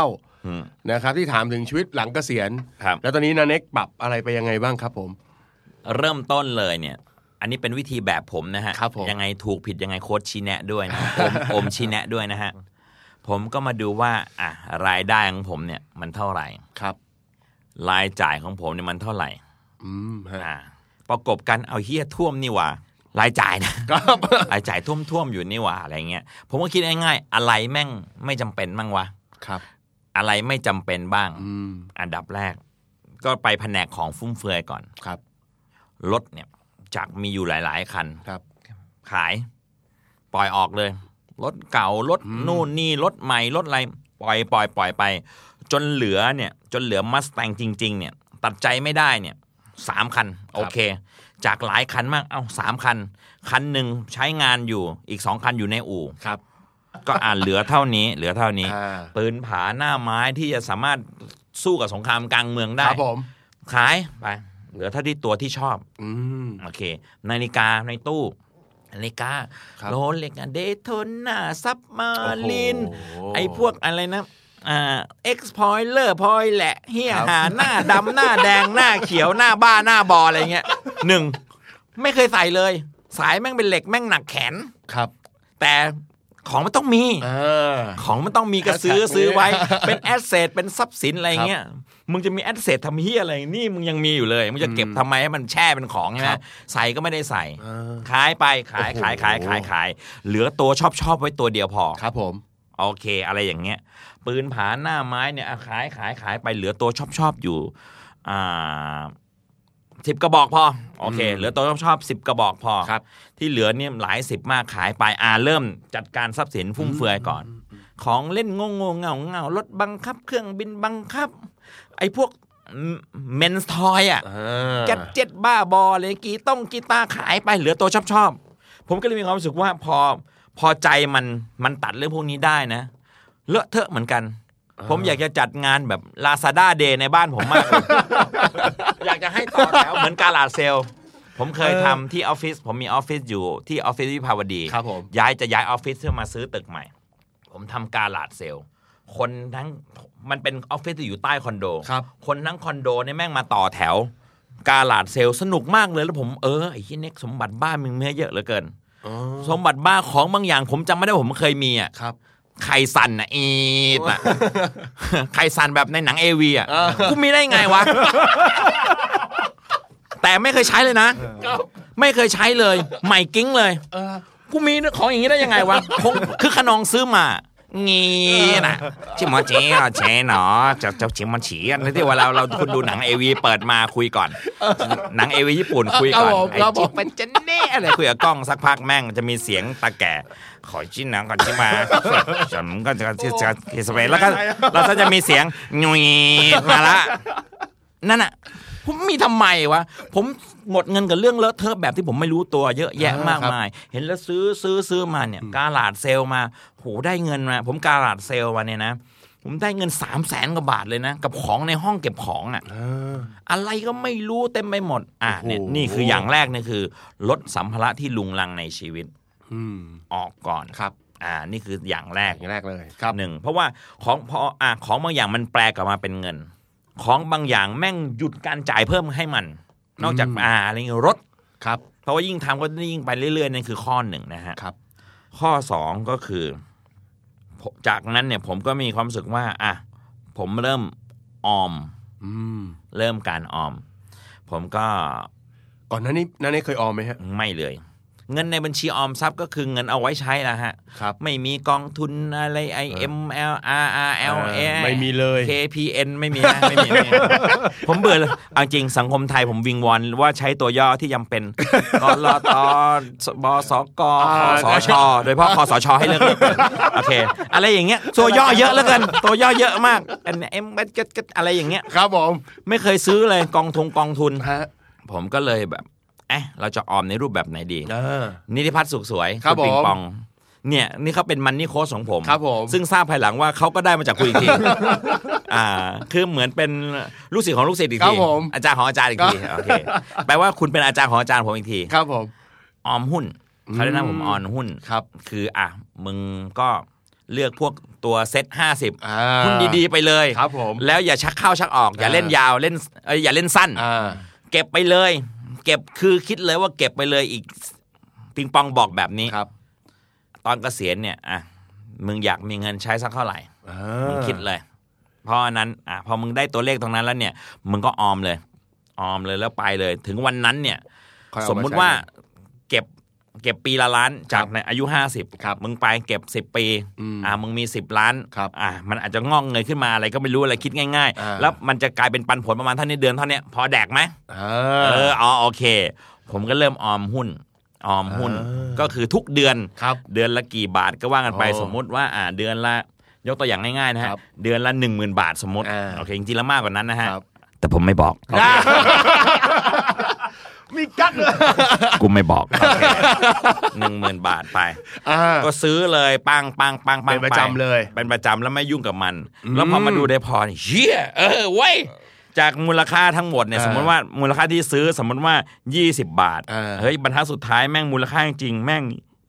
นะครับที่ถามถึงชีวิตหลังเกษียณแล้วตอนนี้นาเน็กปรับอะไรไปยังไงบ้างครับผมเริ่มต้นเลยเนี่ยอันนี้เป็นวิธีแบบผมนะฮะยังไงถูกผิดยังไงโค้ชชี้แนะด้วยนะอมชี้แนะด้วยนะฮะผมก็มาดูว่ารายได้ของผมเนี่ยมันเท่าไหร่ครับรายจ่ายของผมเนี่ยมันเท่าไหร่ประกบกันเอาเฮียท่วมนี่หว่ารายจ่ายนะรายจ่ายท่วมอยู่นี่หว่าอะไรเงี้ยผมก็คิดง่ายๆอะไรแม่งไม่จำเป็นบ้างวะครับอะไรไม่จำเป็นบ้างอันดับแรกก็ไปแผนกของฟุ่มเฟือยก่อนครับรถเนี่ยจากมีอยู่หลายๆคันครับขายปล่อยออกเลยรถเก่ารถนู่นนี่รถใหม่รถอะไรปล่อยไปจนเหลือมัสแตงจริงๆเนี่ยตัดใจไม่ได้เนี่ย3 คันโอเคจากหลายคันมาก3 คันหนึ่งใช้งานอยู่อีก2 คันอยู่ในอู่ครับก็เหลือเท่านี้ปืนผาหน้าไม้ที่จะสามารถสู้กับสงครามกลางเมืองได้ครับผมขายไปเหลือเท่าที่ตัวที่ชอบโอเคนาฬิกาในตู้นาฬิกาโรเล็กเดโทน่าซับมารินไอ้พวกอะไรนะเอ็กซ์พอยเลอร์พอยแหละเฮียหาหน้าดำหน้าแดงหน้าเขียวหน้าบ้าหน้าบออะไรเงี้ย1ไม่เคยใส่เลยสายแม่งเป็นเหล็กแม่งหนักแขนครับแต่ของมันต้องมีของมันต้องมีก็ซื้อไว้เป็นแอสเซทเป็นทรัพย์สินอะไรเงี้ยมึงจะมีแอสเซททำเฮียอะไรนี่มึงยังมีอยู่เลยมึงจะเก็บทำไมให้มันแช่เป็นของใช่ไหมใส่ก็ไม่ได้ใส่ขายไปขายเหลือตัวชอบไว้ตัวเดียวพอครับผมโอเคอะไรอย่างเงี้ยปืนผาหน้าไม้เนี่ยขายไปเหลือตัวชอบอยู่10 กระบอกพอโอเคเหลือตัวชอบ10 กระบอกพอครับที่เหลือเนี่ยหลาย10มากขายไปเริ่มจัดการทรัพย์สินฟุ่มเฟือยก่อนของเล่นงงเงารถบังคับเครื่องบินบังคับไอ้พวกเมนส์ทอยแกดเจ็ตบ้าบอเลยกีตาร์ขายไปเหลือตัวชอบผมก็เลยมีความรู้สึกว่าพอใจมันตัดเรื่องพวกนี้ได้นะเลอะเทอะเหมือนกันผมอยากจะจัดงานแบบ Lazada Day ในบ้านผมมากอยากจะให้ต่อแถวเหมือนกาลาดเซลผมเคยทำที่ออฟฟิศผมมีออฟฟิศอยู่ที่ออฟฟิศวิภาวดีครับผมย้ายออฟฟิศเพื่อมาซื้อตึกใหม่ผมทำกาลาดเซลคนทั้งมันเป็นออฟฟิศที่อยู่ใต้คอนโดคนทั้งคอนโดเนี่ยแม่งมาต่อแถวกาลาดเซลสนุกมากเลยแล้วผมไอ้ที่เน็กสมบัติบ้านมึงมีเยอะเหลือเกินสมบัติบ้านของบางอย่างผมจำไม่ได้ผมเคยมีครับไข่สั่นไข่สั่นแบบในหนังAVกูมีได้ไงวะแต่ไม่เคยใช้เลยนะไม่เคยใช้เลยใหม่กิ้งเลยกูมีของอย่างนี้ได้ยังไงวะคือขนองซื้อมางี้นะชิมอเจ๊เนาะจะชิมอฉีอะไรที่ว่าเราคุณดูหนังAVเปิดมาคุยก่อนหนังAVญี่ปุ่นคุยก่อนไอ้จิ๊บเป็นเจนเน่อะไรคุยกับกล้องสักพักแม่งจะมีเสียงตาแก่ขอจิ้นหนังก่อนใช่ไหมฉันก็จะสเปนแล้วก็เราจะมีเสียงงุยมาละนั่นน่ะผมมีทำไมวะผมหมดเงินกับเรื่องเลอะเทอะแบบที่ผมไม่รู้ตัวเยอะแยะมากมายเห็นแล้วซื้อมาเนี่ยกาลาดเซลมาโหได้เงินมาผมกาลาดเซลมาเนี่ยนะผมได้เงิน300,000 กว่าบาทเลยนะกับของในห้องเก็บของอะไรก็ไม่รู้เต็มไปหมดเนี่ยนี่คืออย่างแรกเนี่ยคือลดสัมภาระที่ลุงลังในชีวิตออกก่อนครับนี่คืออย่างแรกเลยครับ 1เพราะว่าของบางอย่างมันแปลกลับมาเป็นเงินของบางอย่างแม่งหยุดการจ่ายเพิ่มให้มันนอกจากอะไรเงี้ยรถครับเพราะว่ายิ่งทำก็ยิ่งไปเรื่อยๆนั่นคือข้อ1นะฮะครับข้อ2ก็คือจากนั้นเนี่ยผมก็มีความรู้สึกว่าผมเริ่มออมเริ่มการออมผมก็ก่อนนั้นนี่เคยออมไหมฮะไม่เลยเงินในบัญชีออมทรัพย์ก็คือเงินเอาไว้ใช้นะฮะไม่มีกองทุนอะไร IMLRRL ไม่มีเลย KPN ไม่มีผมเบื่อเลยจริงสังคมไทยผมวิงวอนว่าใช้ตัวย่อที่จำเป็นกลตบสกคสชโดยเฉพาะคสชให้เลิกโอเคอะไรอย่างเงี้ยตัวย่อเยอะเหลือเกินตัวย่อเยอะมากอะไรอย่างเงี้ยครับผมไม่เคยซื้อเลยกองทุนผมก็เลยแบบเราจะออมในรูปแบบไหนดีนิติพัฒน์สุขสวยคุณปิงปองเนี่ยนี่เขาเป็นมันนี่โค้ชของผมซึ่งทราบภายหลังว่าเขาก็ได้มาจากคุณอีกทีคือเหมือนเป็นลูกศิษย์ของลูกศิษย์อีกทีอาจารย์ของอาจารย์อีกทีโอเคแปลว่าคุณเป็นอาจารย์ของอาจารย์ผมอีกทีครับผมออมหุ้นเขาแนะนำผมออมหุ้นครับคือมึงก็เลือกพวกตัวเซ็ต50หุ้นดีๆไปเลยครับผมแล้วอย่าชักเข้าชักออกอย่าเล่นยาวเล่นอย่าเล่นสั้นเก็บไปเลยเก็บคือคิดเลยว่าเก็บไปเลยอีกปิงปองบอกแบบนี้ตอนเกษียณเนี่ยมึงอยากมีเงินใช้สักเท่าไหร่มึงคิดเลยเพราะนั้นพอมึงได้ตัวเลขตรงนั้นแล้วเนี่ยมึงก็ออมเลยแล้วไปเลยถึงวันนั้นเนี่ยสมมุติว่าเก็บปีละล้านจากในอายุ50มึงไปเก็บ10ปีมึงมี10ล้านมันอาจจะงอกเงยขึ้นมาอะไรก็ไม่รู้อะไรคิดง่ายๆแล้วมันจะกลายเป็นปันผลประมาณเท่านี้เดือนเท่านี้พอแดกไหมโอเคผมก็เริ่มออมหุ้นก็คือทุกเดือนเดือนละกี่บาทก็ว่ากันไปสมมุติว่าเดือนละยกตัวอย่างง่ายๆนะฮะเดือนละ 10,000 บาทสมมติโอเคจริงๆแล้วมากกว่านั้นนะฮะแต่ผมไม่บอกมีกั๊กเลยกูไม่บอก10,000 บาทไปก็ซื้อเลยปังเป็นประจำเลยเป็นประจำแล้วไม่ยุ่งกับมันแล้วพอมาดูได้พอเฮียเว้ยจากมูลค่าทั้งหมดเนี่ยสมมติว่ามูลค่าที่ซื้อสมมติว่า20 บาทเฮ้ยบรรทัดสุดท้ายแม่งมูลค่าจริงแม่ง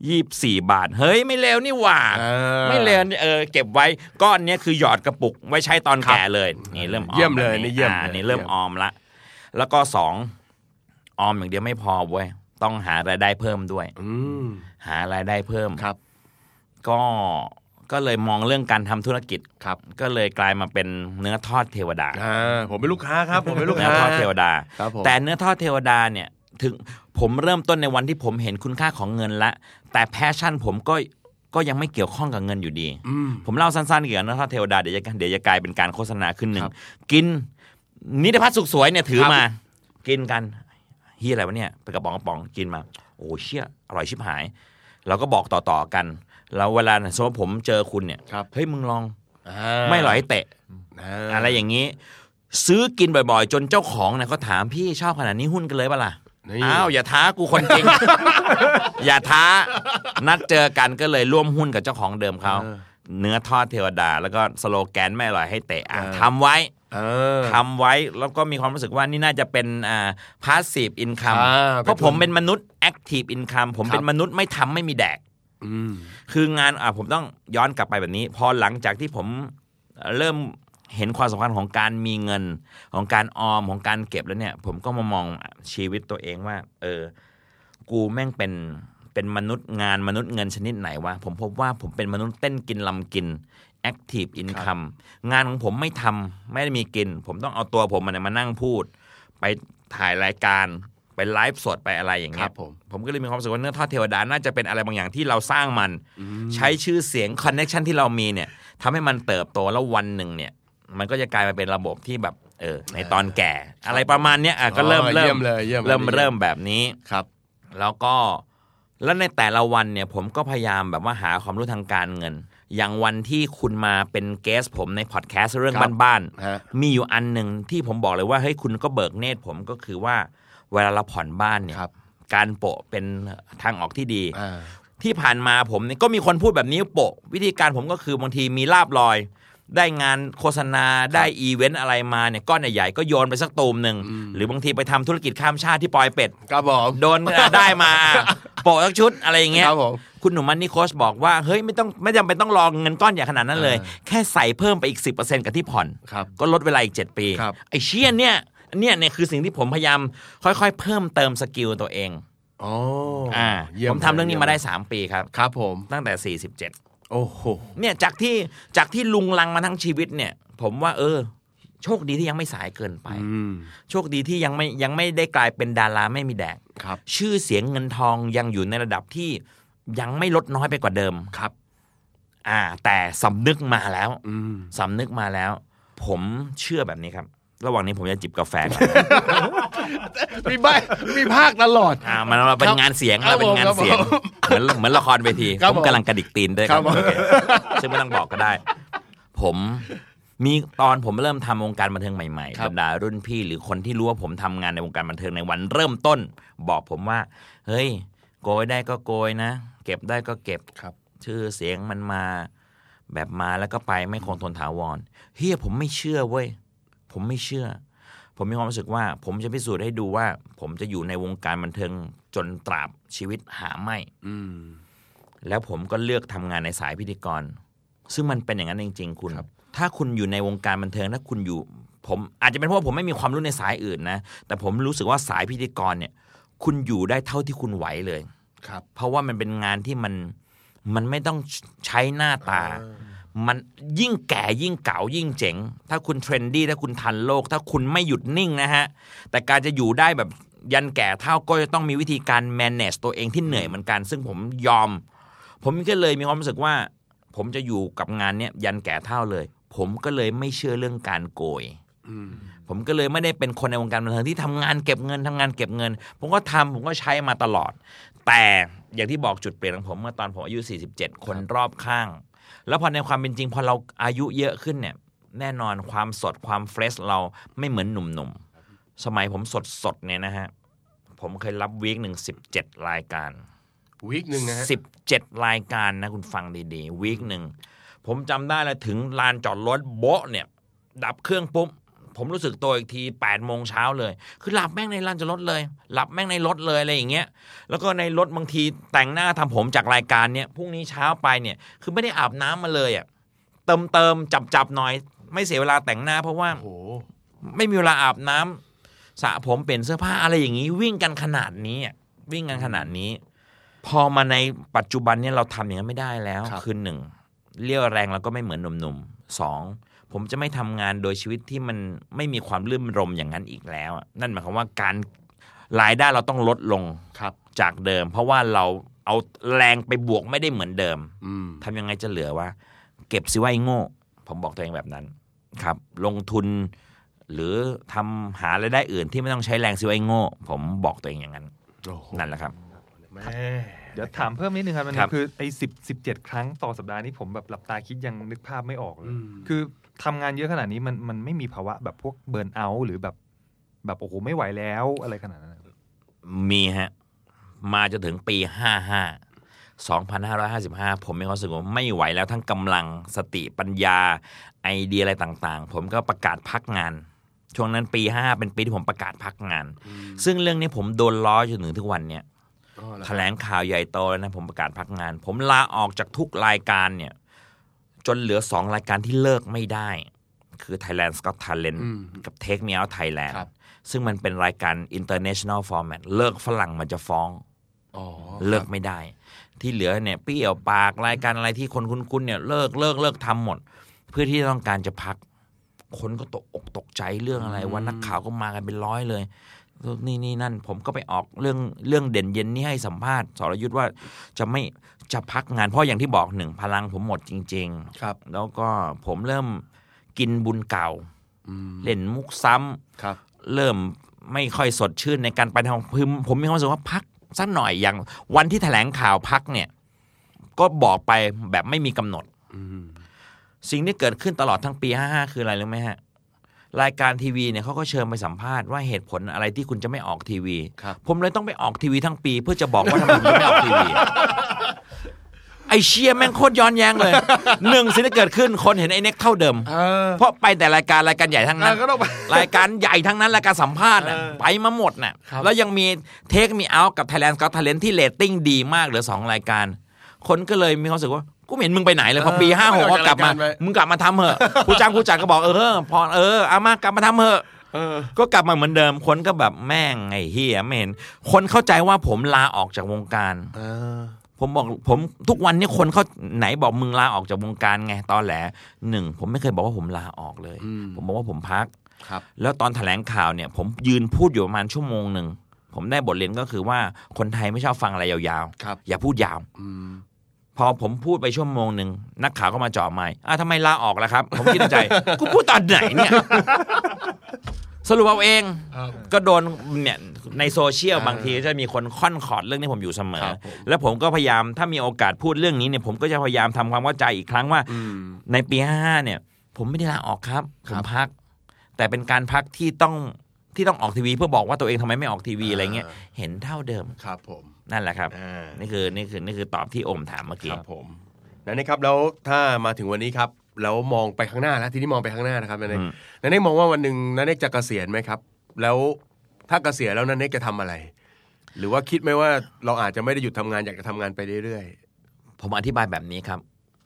24 บาทเฮ้ยไม่เลวนี่หว่าไม่เลวเก็บไว้ก้อนนี้คือหยอดกระปุกไว้ใช้ตอนแก่เลยนี่เริ่มออมเยี่ยมเลยนี่เยี่ยมนี่เริ่มออมละแล้วก็2ออมอย่างเดียวไม่พอเว้ยต้องหารายได้เพิ่มด้วยหารายได้เพิ่มครับก็เลยมองเรื่องการทำธุรกิจครับก็เลยกลายมาเป็นเนื้อทอดเทวดาผมเป็นลูกค้าครับผมเป็นลูกค้าเนื้อทอดเทวดาแต่เนื้อทอดเทวดาเนี่ยถึงผมเริ่มต้นในวันที่ผมเห็นคุณค่าของเงินละแต่แพชชั่นผมก็ยังไม่เกี่ยวข้องกับเงินอยู่ดีผมเล่าสั้นๆเกี่ยวกับเนื้อทอดเทวดาเดี๋ยวจะกลายเป็นการโฆษณาขึ้นหนึ่งกินนิตภัทรสุขสวยเนี่ยถือมากินกันเฮียอะไรวะเนี่ยไปกระป๋องกินมาโอ้เชี่ยอร่อยชิบหายเราก็บอกต่อๆกันแล้วเวลาสมมติผมเจอคุณเนี่ยเฮ้ยมึงลองไม่อร่อยให้เตะอะไรอย่างนี้ซื้อกินบ่อยๆจนเจ้าของเนี่ยเขาถามพี่ชอบขนาดนี้หุ้นกันเลยป่ะล่ะอย่าท้ากูคนจริง อย่าท้านัดเจอกันก็เลยร่วมหุ้นกับเจ้าของเดิมเขาเนื้อทอดเทวดาแล้วก็สโลแกนไม่อร่อยให้เตะทำไว้แล้วก็มีความรู้สึกว่านี่น่าจะเป็นpassive income เพราะผมเป็นมนุษย์ active income ผมเป็นมนุษย์ไม่ทำไม่มีแดกคืองานผมต้องย้อนกลับไปแบบนี้พอหลังจากที่ผมเริ่มเห็นความสำคัญของการมีเงินของการออมของการเก็บแล้วเนี่ยผมก็มามองชีวิตตัวเองว่ากูแม่งเป็นมนุษย์งานมนุษย์เงินชนิดไหนวะผมพบว่าผมเป็นมนุษย์เต้นกินลำกิน active income งานของผมไม่ทำไม่ได้มีกินผมต้องเอาตัวผมมานั่งพูดไปถ่ายรายการไปไลฟ์สดไปอะไรอย่างเงี้ยผมก็เลยมีความรู้สึกว่าเนื้อทอดเทวดาน่าจะเป็นอะไรบางอย่างที่เราสร้างมันใช้ชื่อเสียงคอนเนคชั่นที่เรามีเนี่ยทำให้มันเติบโตแล้ววันหนึ่งเนี่ยมันก็จะกลายมาเป็นระบบที่แบบในตอนแก่อะไรประมาณเนี้ยก็เริ่มแบบนี้ครับแล้วในแต่ละวันเนี่ยผมก็พยายามแบบว่าหาความรู้ทางการเงินอย่างวันที่คุณมาเป็นเกสผมในพอดแคสต์เรื่องบ้านๆมีอยู่อันหนึ่งที่ผมบอกเลยว่าเฮ้ยคุณก็เบิกเนตรผมก็คือว่าเวลาเราผ่อนบ้านเนี่ยการโปะเป็นทางออกที่ดีที่ผ่านมาผมเนี่ยก็มีคนพูดแบบนี้โปะวิธีการผมก็คือบางทีมีลาบลอยได้งานโฆษณาได้อีเวนต์อะไรมาเนี่ยก้อนใหญ่ๆก็โยนไปสักตูมหนึ่งหรือบางทีไปทำธุรกิจข้ามชาติที่ปอยเป็ดโดนได้มาโปะสักชุดอะไรอย่างเงี้ยคุณหนุ่มมันนี่โค้ชบอกว่าเฮ้ยไม่จำเป็นต้องรอเงินก้อนใหญ่ขนาดนั้นเลยแค่ใส่เพิ่มไปอีก 10% กับที่ผ่อนก็ลดเวลาอีก7 ปีไอ้เชี่ยเนี่ยคือสิ่งที่ผมพยายามค่อยๆเพิ่มเติมสกิลตัวเองผมทำเรื่องนี้มาได้3 ปีครับผมตั้งแต่47 โอ้โหเนี่ยจากที่ลุงลังมาทั้งชีวิตเนี่ยผมว่าโชคดีที่ยังไม่สายเกินไปโชคดีที่ยังไม่ได้กลายเป็นดาราไม่มีแดกชื่อเสียงเงินทองยังอยู่ในระดับที่ยังไม่ลดน้อยไปกว่าเดิมครับแต่สำนึกมาแล้วผมเชื่อแบบนี้ครับระหว่างนี้ผมจะจิบกาแฟก่อนมีภาคตลอดมันเป็นงานเสียงแล้วเป็นงานเสียงเหมือนละครเวทีผมกำลังกระดิกตีนด้วยครับซึ่งไม่ต้องบอกก็ได้ผมมีตอนผมเริ่มทำวงการบันเทิงใหม่ๆบรรดารุ่นพี่หรือคนที่รู้ว่าผมทำงานในวงการบันเทิงในวันเริ่มต้นบอกผมว่าเฮ้ยโกยได้ก็โกยนะเก็บได้ก็เก็บชื่อเสียงมันมาแบบมาแล้วก็ไปไม่คงทนถาวรเฮียผมไม่เชื่อเว้ยผมไม่เชื่อผมมีความรู้สึกว่าผมจะพิสูจน์ให้ดูว่าผมจะอยู่ในวงการบันเทิงจนตราบชีวิตหาไม่แล้วผมก็เลือกทำงานในสายพิธีกรซึ่งมันเป็นอย่างนั้นจริงๆคุณถ้าคุณอยู่ในวงการบันเทิงถ้าคุณอยู่ผมอาจจะเป็นเพราะผมไม่มีความรู้ในสายอื่นนะแต่ผมรู้สึกว่าสายพิธีกรเนี่ยคุณอยู่ได้เท่าที่คุณไหวเลยครับเพราะว่ามันเป็นงานที่มันไม่ต้องใช้หน้าตามันยิ่งแก่ยิ่งเก่ายิ่งเจ๋งถ้าคุณเทรนดี้ถ้าคุณทันโลกถ้าคุณไม่หยุดนิ่งนะฮะแต่การจะอยู่ได้แบบยันแก่เท่าก็จะต้องมีวิธีการ manage ตัวเองที่เหนื่อยเหมือนกันซึ่งผมยอมผมก็เลยมีความรู้สึกว่าผมจะอยู่กับงานเนี้ยยันแก่เท่าเลยผมก็เลยไม่เชื่อเรื่องการโกยผมก็เลยไม่ได้เป็นคนในวงการบันเทิงที่ทำงานเก็บเงินผมก็ใช้มาตลอดแต่อย่างที่บอกจุดเปลี่ยนของผมเมื่อตอนผมอายุ47คนรอบข้างแล้วพอในความเป็นจริงพอเราอายุเยอะขึ้นเนี่ยแน่นอนความสดความเฟรชเราไม่เหมือนหนุ่มๆสมัยผมสดเนี่ยนะฮะผมเคยรับวีคหนึ่ง17รายการวีคหนึ่งนะฮะ 17รายการนะคุณฟังดีๆวีคหนึ่งผมจำได้เลยถึงลานจอดรถโบ๊ะเนี่ยดับเครื่องปุ๊บผมรู้สึกตัวอีกที 8 โมงเช้าเลยคือหลับแม่งในลานจอดรถเลยหลับแม่งในรถเลยอะไรอย่างเงี้ยแล้วก็ในรถบางทีแต่งหน้าทำผมจากรายการเนี่ยพรุ่งนี้เช้าไปเนี่ยคือไม่ได้อาบน้ำมาเลยอ่ะเติมจับหน่อยไม่เสียเวลาแต่งหน้าเพราะว่าไม่มีเวลาอาบน้ำสระผมเปลี่ยนเสื้อผ้าอะไรอย่างงี้วิ่งกันขนาดนี้พอมาในปัจจุบันเนี่ยเราทำอย่างนั้นไม่ได้แล้วคือหนึ่งเรี่ยวแรงเราก็ไม่เหมือนหนุ่มๆสองผมจะไม่ทำงานโดยชีวิตที่มันไม่มีความรื่นรมอย่างนั้นอีกแล้วนั่นหมายความว่าการรายได้เราต้องลดลงจากเดิมเพราะว่าเราเอาแรงไปบวกไม่ได้เหมือนเดิมทำยังไงจะเหลือว่าเก็บสิว่าไอ้โง่ผมบอกตัวเองแบบนั้นครับลงทุนหรือทำหารายได้อื่นที่ไม่ต้องใช้แรงสิว่าไอ้โง่ผมบอกตัวเองอย่างนั้นนั่นแหละครับเดี๋ยวถามเพิ่มนิดนึงครับมันคือไอ้17 ครั้งต่อสัปดาห์นี้ผมแบบหลับตาคิดยังนึกภาพไม่ออกเลยคือทำงานเยอะขนาดนี้มันไม่มีภาวะแบบพวกเบิร์นเอาท์หรือแบบโอ้โหไม่ไหวแล้วอะไรขนาดนั้นมีฮะมาจนถึงปี2555ผมมีความรู้สึกว่าไม่ไหวแล้วทั้งกำลังสติปัญญาไอเดียอะไรต่างๆผมก็ประกาศพักงานช่วงนั้นปี55เป็นปีที่ผมประกาศพักงานซึ่งเรื่องนี้ผมโดนล้อจนถึงทุกวันเนี่ยแถลงข่าวใหญ่โตแล้วนะผมประกาศพักงานผมลาออกจากทุกรายการเนี่ยจนเหลือ2รายการที่เลิกไม่ได้คือ Thailand Got Talent กับ Take Me Out Thailand ซึ่งมันเป็นรายการ international format เลิกฝรั่งมันจะฟ้องเลิกไม่ได้ที่เหลือเนี่ยเปรี้ยวปากรายการอะไรที่คนคุ้นๆเนี่ยเลิกทำหมดเพื่อที่ต้องการจะพักคนก็ตกอกตกใจเรื่องอะไรว่านักข่าวก็มากันเป็นร้อยเลยนี่นั่นผมก็ไปออกเรื่องเด่นเย็นนี่ให้สัมภาษณ์สรยุทธว่าจะพักงานเพราะอย่างที่บอกหนึ่งพลังผมหมดจริงๆครับแล้วก็ผมเริ่มกินบุญเก่าเล่นมุกซ้ำเริ่มไม่ค่อยสดชื่นในการไปทำผมมีความรู้สึกว่าพักสักหน่อยอย่างวันที่แถลงข่าวพักเนี่ยก็บอกไปแบบไม่มีกำหนดสิ่งที่เกิดขึ้นตลอดทั้งปี55คืออะไรรู้ไหมฮะรายการทีวีเนี่ยเขาก็เชิญไปสัมภาษณ์ว่าเหตุผลอะไรที่คุณจะไม่ออกทีวีผมเลยต้องไปออกทีวีทั้งปีเพื่อจะบอกว่าทำไมผมไม่ออกทีวีไอเชียแม่งโคตรย้อนแย้งเลยหนึ่งสิ่งที่เกิดขึ้นคนเห็นไอเน็กเท่าเดิมเพราะไปแต่รายการใหญ่ทั้งนั้นรายการใหญ่ทั้งนั้นรายการสัมภาษณ์ไปมาหมดน่ะแล้วยังมีเทคมีเอากับ Thailand Got Talent ที่เรตติ้งดีมากเหลือ2รายการคนก็เลยมีความรู้สึกว่ากูเห็นมึงไปไหนเลยพอปี56ก็กลับมามึงกลับมาทำเหอะผู้จ้างผู้จัดก็บอกพอเอามากลับมาทำเหอะก็กลับมาเหมือนเดิมคนก็แบบแม่งไอ้เหี้ยไม่เห็นคนเข้าใจว่าผมลาออกจากวงการผมบอกผมทุกวันนี้คนเขาไหนบอกมึงลาออกจากวงการไงตอนแหล1ผมไม่เคยบอกว่าผมลาออกเลยผมบอกว่าผมพักแล้วตอนแถลงข่าวเนี่ยผมยืนพูดอยู่ประมาณชั่วโมงนึงผมได้บทเรียนก็คือว่าคนไทยไม่ชอบฟังอะไรยาวๆอย่าพูดยาวพอผมพูดไปชั่วโมงนึงนักข่าวก็มาจ่อไมค์ทำไมลาออกล่ะครับผมคิดในใจกูพูดตอนไหนเนี่ยสรุปเอาเองก็โดนเนี่ยในโซเชียลบางทีจะมีคนค่อนขอดเรื่องนี้ผมอยู่เสมอแล้วผมก็พยายามถ้ามีโอกาสพูดเรื่องนี้เนี่ยผมก็จะพยายามทำความเข้าใจอีกครั้งว่าในปี55เนี่ยผมไม่ได้ลาออกครับผมพักแต่เป็นการพักที่ต้องออกทีวีเพื่อบอกว่าตัวเองทำไมไม่ออกทีวีอะไรเงี้ยเห็นเท่าเดิมครับผมนั่นแหละครับนี่คือตอบที่โอมถามเมื่อกี้ครับผมนะครับแล้วถ้ามาถึงวันนี้ครับแล้วมองไปข้างหน้าแล้วทีนี้มองไปข้างหน้านะครับนันเน็กมองว่าวันหนึ่งนันเน็กจะเกษียณไหมครับแล้วถ้าเกษียณแล้วนันเน็กจะทำอะไรหรือว่าคิดไหมว่าเราอาจจะไม่ได้หยุดทำงานอยากจะทำงานไปเรื่อยๆผมอธิบายแบบนี้ครับ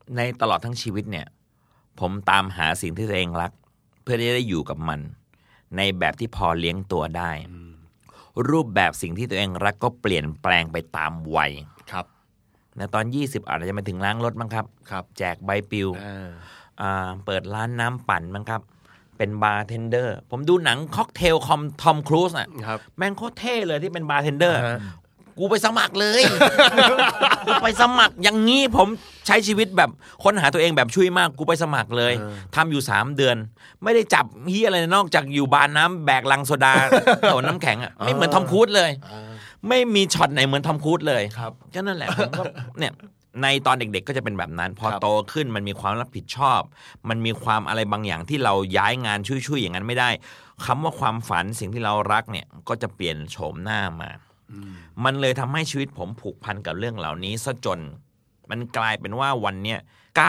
ในตลอดทั้งชีวิตเนี่ยผมตามหาสิ่งที่ตัวเองรักเพื่อที่จะได้อยู่กับมันในแบบที่พอเลี้ยงตัวได้รูปแบบสิ่งที่ตัวเองรักก็เปลี่ยนแปลงไปตามวัยครับในตอน20อาจจะมาถึงล้างรถมั้งครับแจกใบปลิวเปิดร้านน้ำปั่นมั้งครับเป็นบาร์เทนเดอร์ผมดูหนังค็อกเทลคอมทอมครูซน่ะแม่งโคตรเท่เลยที่เป็นบาร์เทนเดอร์กูไปสมัครเลยกูไปสมัครอย่างงี้ผมใช้ชีวิตแบบค้นหาตัวเองแบบช่วยมากกูไปสมัครเลยทำอยู่3เดือนไม่ได้จับเฮียอะไรนอกจากอยู่บาร์น้ำแบกลังโซดาโดนน้ำแข็งอ่ะไม่เหมือนทอมครูซเลยไม่มีช็อตไหนเหมือนทอมครูซเลยก็นั่นแหละผมก็เนี่ยในตอนเด็กๆก็จะเป็นแบบนั้นพอโตขึ้นมันมีความรับผิดชอบมันมีความอะไรบางอย่างที่เราย้ายงานช่วยๆอย่างนั้นไม่ได้คำว่าความฝันสิ่งที่เรารักเนี่ยก็จะเปลี่ยนโฉมหน้ามามันเลยทำให้ชีวิตผมผูกพันกับเรื่องเหล่านี้ซะจนมันกลายเป็นว่าวันเนี้ย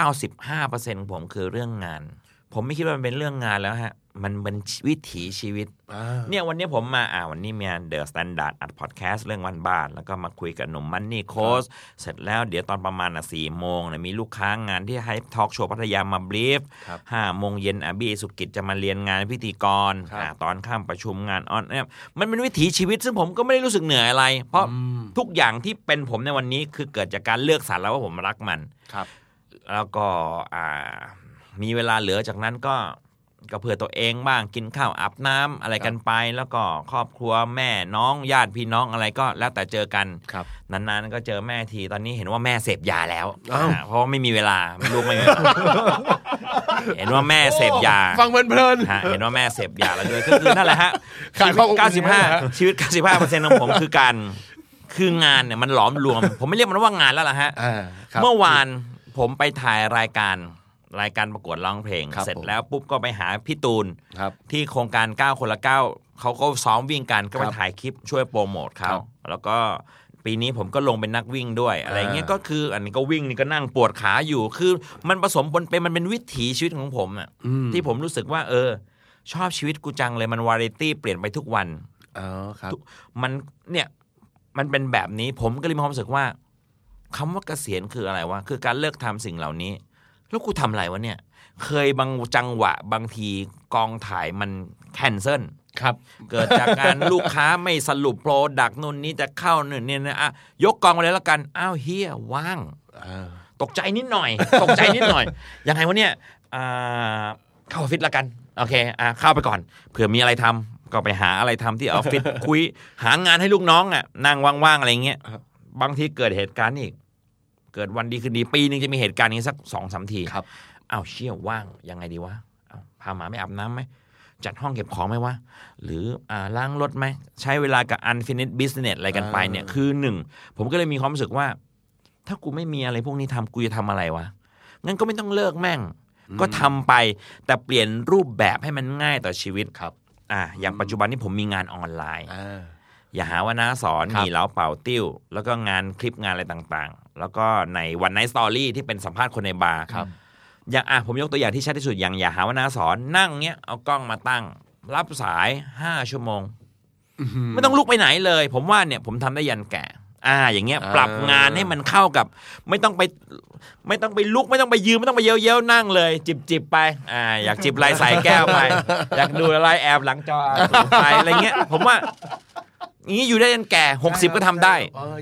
95% ผมคือเรื่องงานผมไม่คิดว่ามันเป็นเรื่องงานแล้วฮะมันเป็นวิถีชีวิตเนี่ยวันนี้ผมมาวันนี้มีเดอะสแตนดาร์ดอัดพอดแคสต์เรื่องวันบ้านแล้วก็มาคุยกับหนุ่มมันนี่โค้ชเสร็จแล้วเดี๋ยวตอนประมาณ4 โมงเนี่ยมีลูกค้างานที่ให้ทอล์กโชว์พัทยามาบรีฟ5 โมงเย็นบี้สุกิจจะมาเรียนงานพิธีกรตอนค่ำประชุมงานออนเนี่ยมันเป็นวิถีชีวิตซึ่งผมก็ไม่ได้รู้สึกเหนื่อยอะไรเพราะทุกอย่างที่เป็นผมในวันนี้คือเกิดจากการเลือกสรรแล้วว่าผมรักมันแล้วก็มีเวลาเหลือจากนั้นก็เพื่อตัวเองบ้างกินข้าวอาบน้ำอะไรกันไปแล้วก็ครอบครัวแม่น้องญาติพี่น้องอะไรก็แล้วแต่เจอกันนานๆก็เจอแม่ทีตอนนี้เห็นว่าแม่เสพยาแล้วเพราะไม่มีเวลาลูกไม่มีเห็นว่าแม่เสพยาฟังเพลินๆเห็นว่าแม่เสพยาแล้วด้วยคือนั่นแหละฮะชีวิต 95% ของผมคืองานเนี่ยมันหลอมรวมผมไม่เรียกมันว่างานแล้วล่ะฮะเมื่อวานผมไปถ่ายรายการประกวดร้องเพลงเสร็จแล้วปุ๊บก็ไปหาพี่ตูนที่โครงการ9 คนละ 9เขาก็ซ้อมวิ่งกันก็ไปถ่ายคลิปช่วยโปรโมทเขาแล้วก็ปีนี้ผมก็ลงเป็นนักวิ่งด้วยอะไรเงี้ยก็คืออันนี้ก็วิ่งนี่ก็นั่งปวดขาอยู่คือมันผสมปนเป็นมันเป็นวิถีชีวิตของผมอ่ะที่ผมรู้สึกว่าชอบชีวิตกูจังเลยมันวาไรตี้เปลี่ยนไปทุกวันมันเนี่ยมันเป็นแบบนี้ผมก็เลยมีความรู้สึกว่าคำว่าเกษียณคืออะไรวะคือการเลิกทำสิ่งเหล่านี้แล้วกูทำอะไรวะเนี่ยเคยบางจังหวะบางทีกองถ่ายมันแคนเซิลเกิดจากการลูกค้าไม่สรุปโปรดักต์นู่นนี้จะเข้าเนี่ยนะยกกองมาเลยแล้วกันอ้าวเฮียว่างตกใจนิดหน่อยยังไงวะเนี่ยเข้าออฟฟิศแล้วกันโอเคเข้าไปก่อนเผื่อมีอะไรทำก็ไปหาอะไรทำที่ออฟฟิศ คุยหางานให้ลูกน้องนั่งว่างๆอะไรเงี้ยบางทีเกิดเหตุการณ์อีกเกิดวันดีคืนดีปีนึงจะมีเหตุการณ์นี้สัก 2-3 ทีอ้าวเชี่ยว่างยังไงดีวะพาหมาไม่อาบน้ำไหมจัดห้องเก็บของไหมวะหรือล้างรถไหมใช้เวลากับ unfinished business อะไรกันไปเนี่ยคือ1ผมก็เลยมีความรู้สึกว่าถ้ากูไม่มีอะไรพวกนี้ทำกูจะทำอะไรวะงั้นก็ไม่ต้องเลิกแม่งก็ทำไปแต่เปลี่ยนรูปแบบให้มันง่ายต่อชีวิตครับอย่างปัจจุบันนี้ผมมีงานออนไลน์อย่าหาว่าน้าสอนมีเล้าเป่าติ้วแล้วก็งานคลิปงานอะไรต่างๆแล้วก็ในวันไนท์สตอรี่ที่เป็นสัมภาษณ์คนในบาร์อย่างผมยกตัวอย่างที่ชัดที่สุดอย่างอย่าหาว่าน้าสอนนั่งเงี้ยเอากล้องมาตั้งรับสาย5 ชั่วโมงไม่ต้องลุกไปไหนเลยผมว่าเนี่ยผมทำได้ยันแก่อย่างเงี้ยปรับงานให้มันเข้ากับไม่ต้องไปลุกไม่ต้องไปยืนไม่ต้องไปเย้ยวๆนั่งเลยจิบไปอยากจิบอะไรใส่แก้วไปอยากดูอะไรแอบหลังจอไปอะไรเงี้ยผมว่าอย่างนี้อยู่ได้จนแก่60ก็ทำได้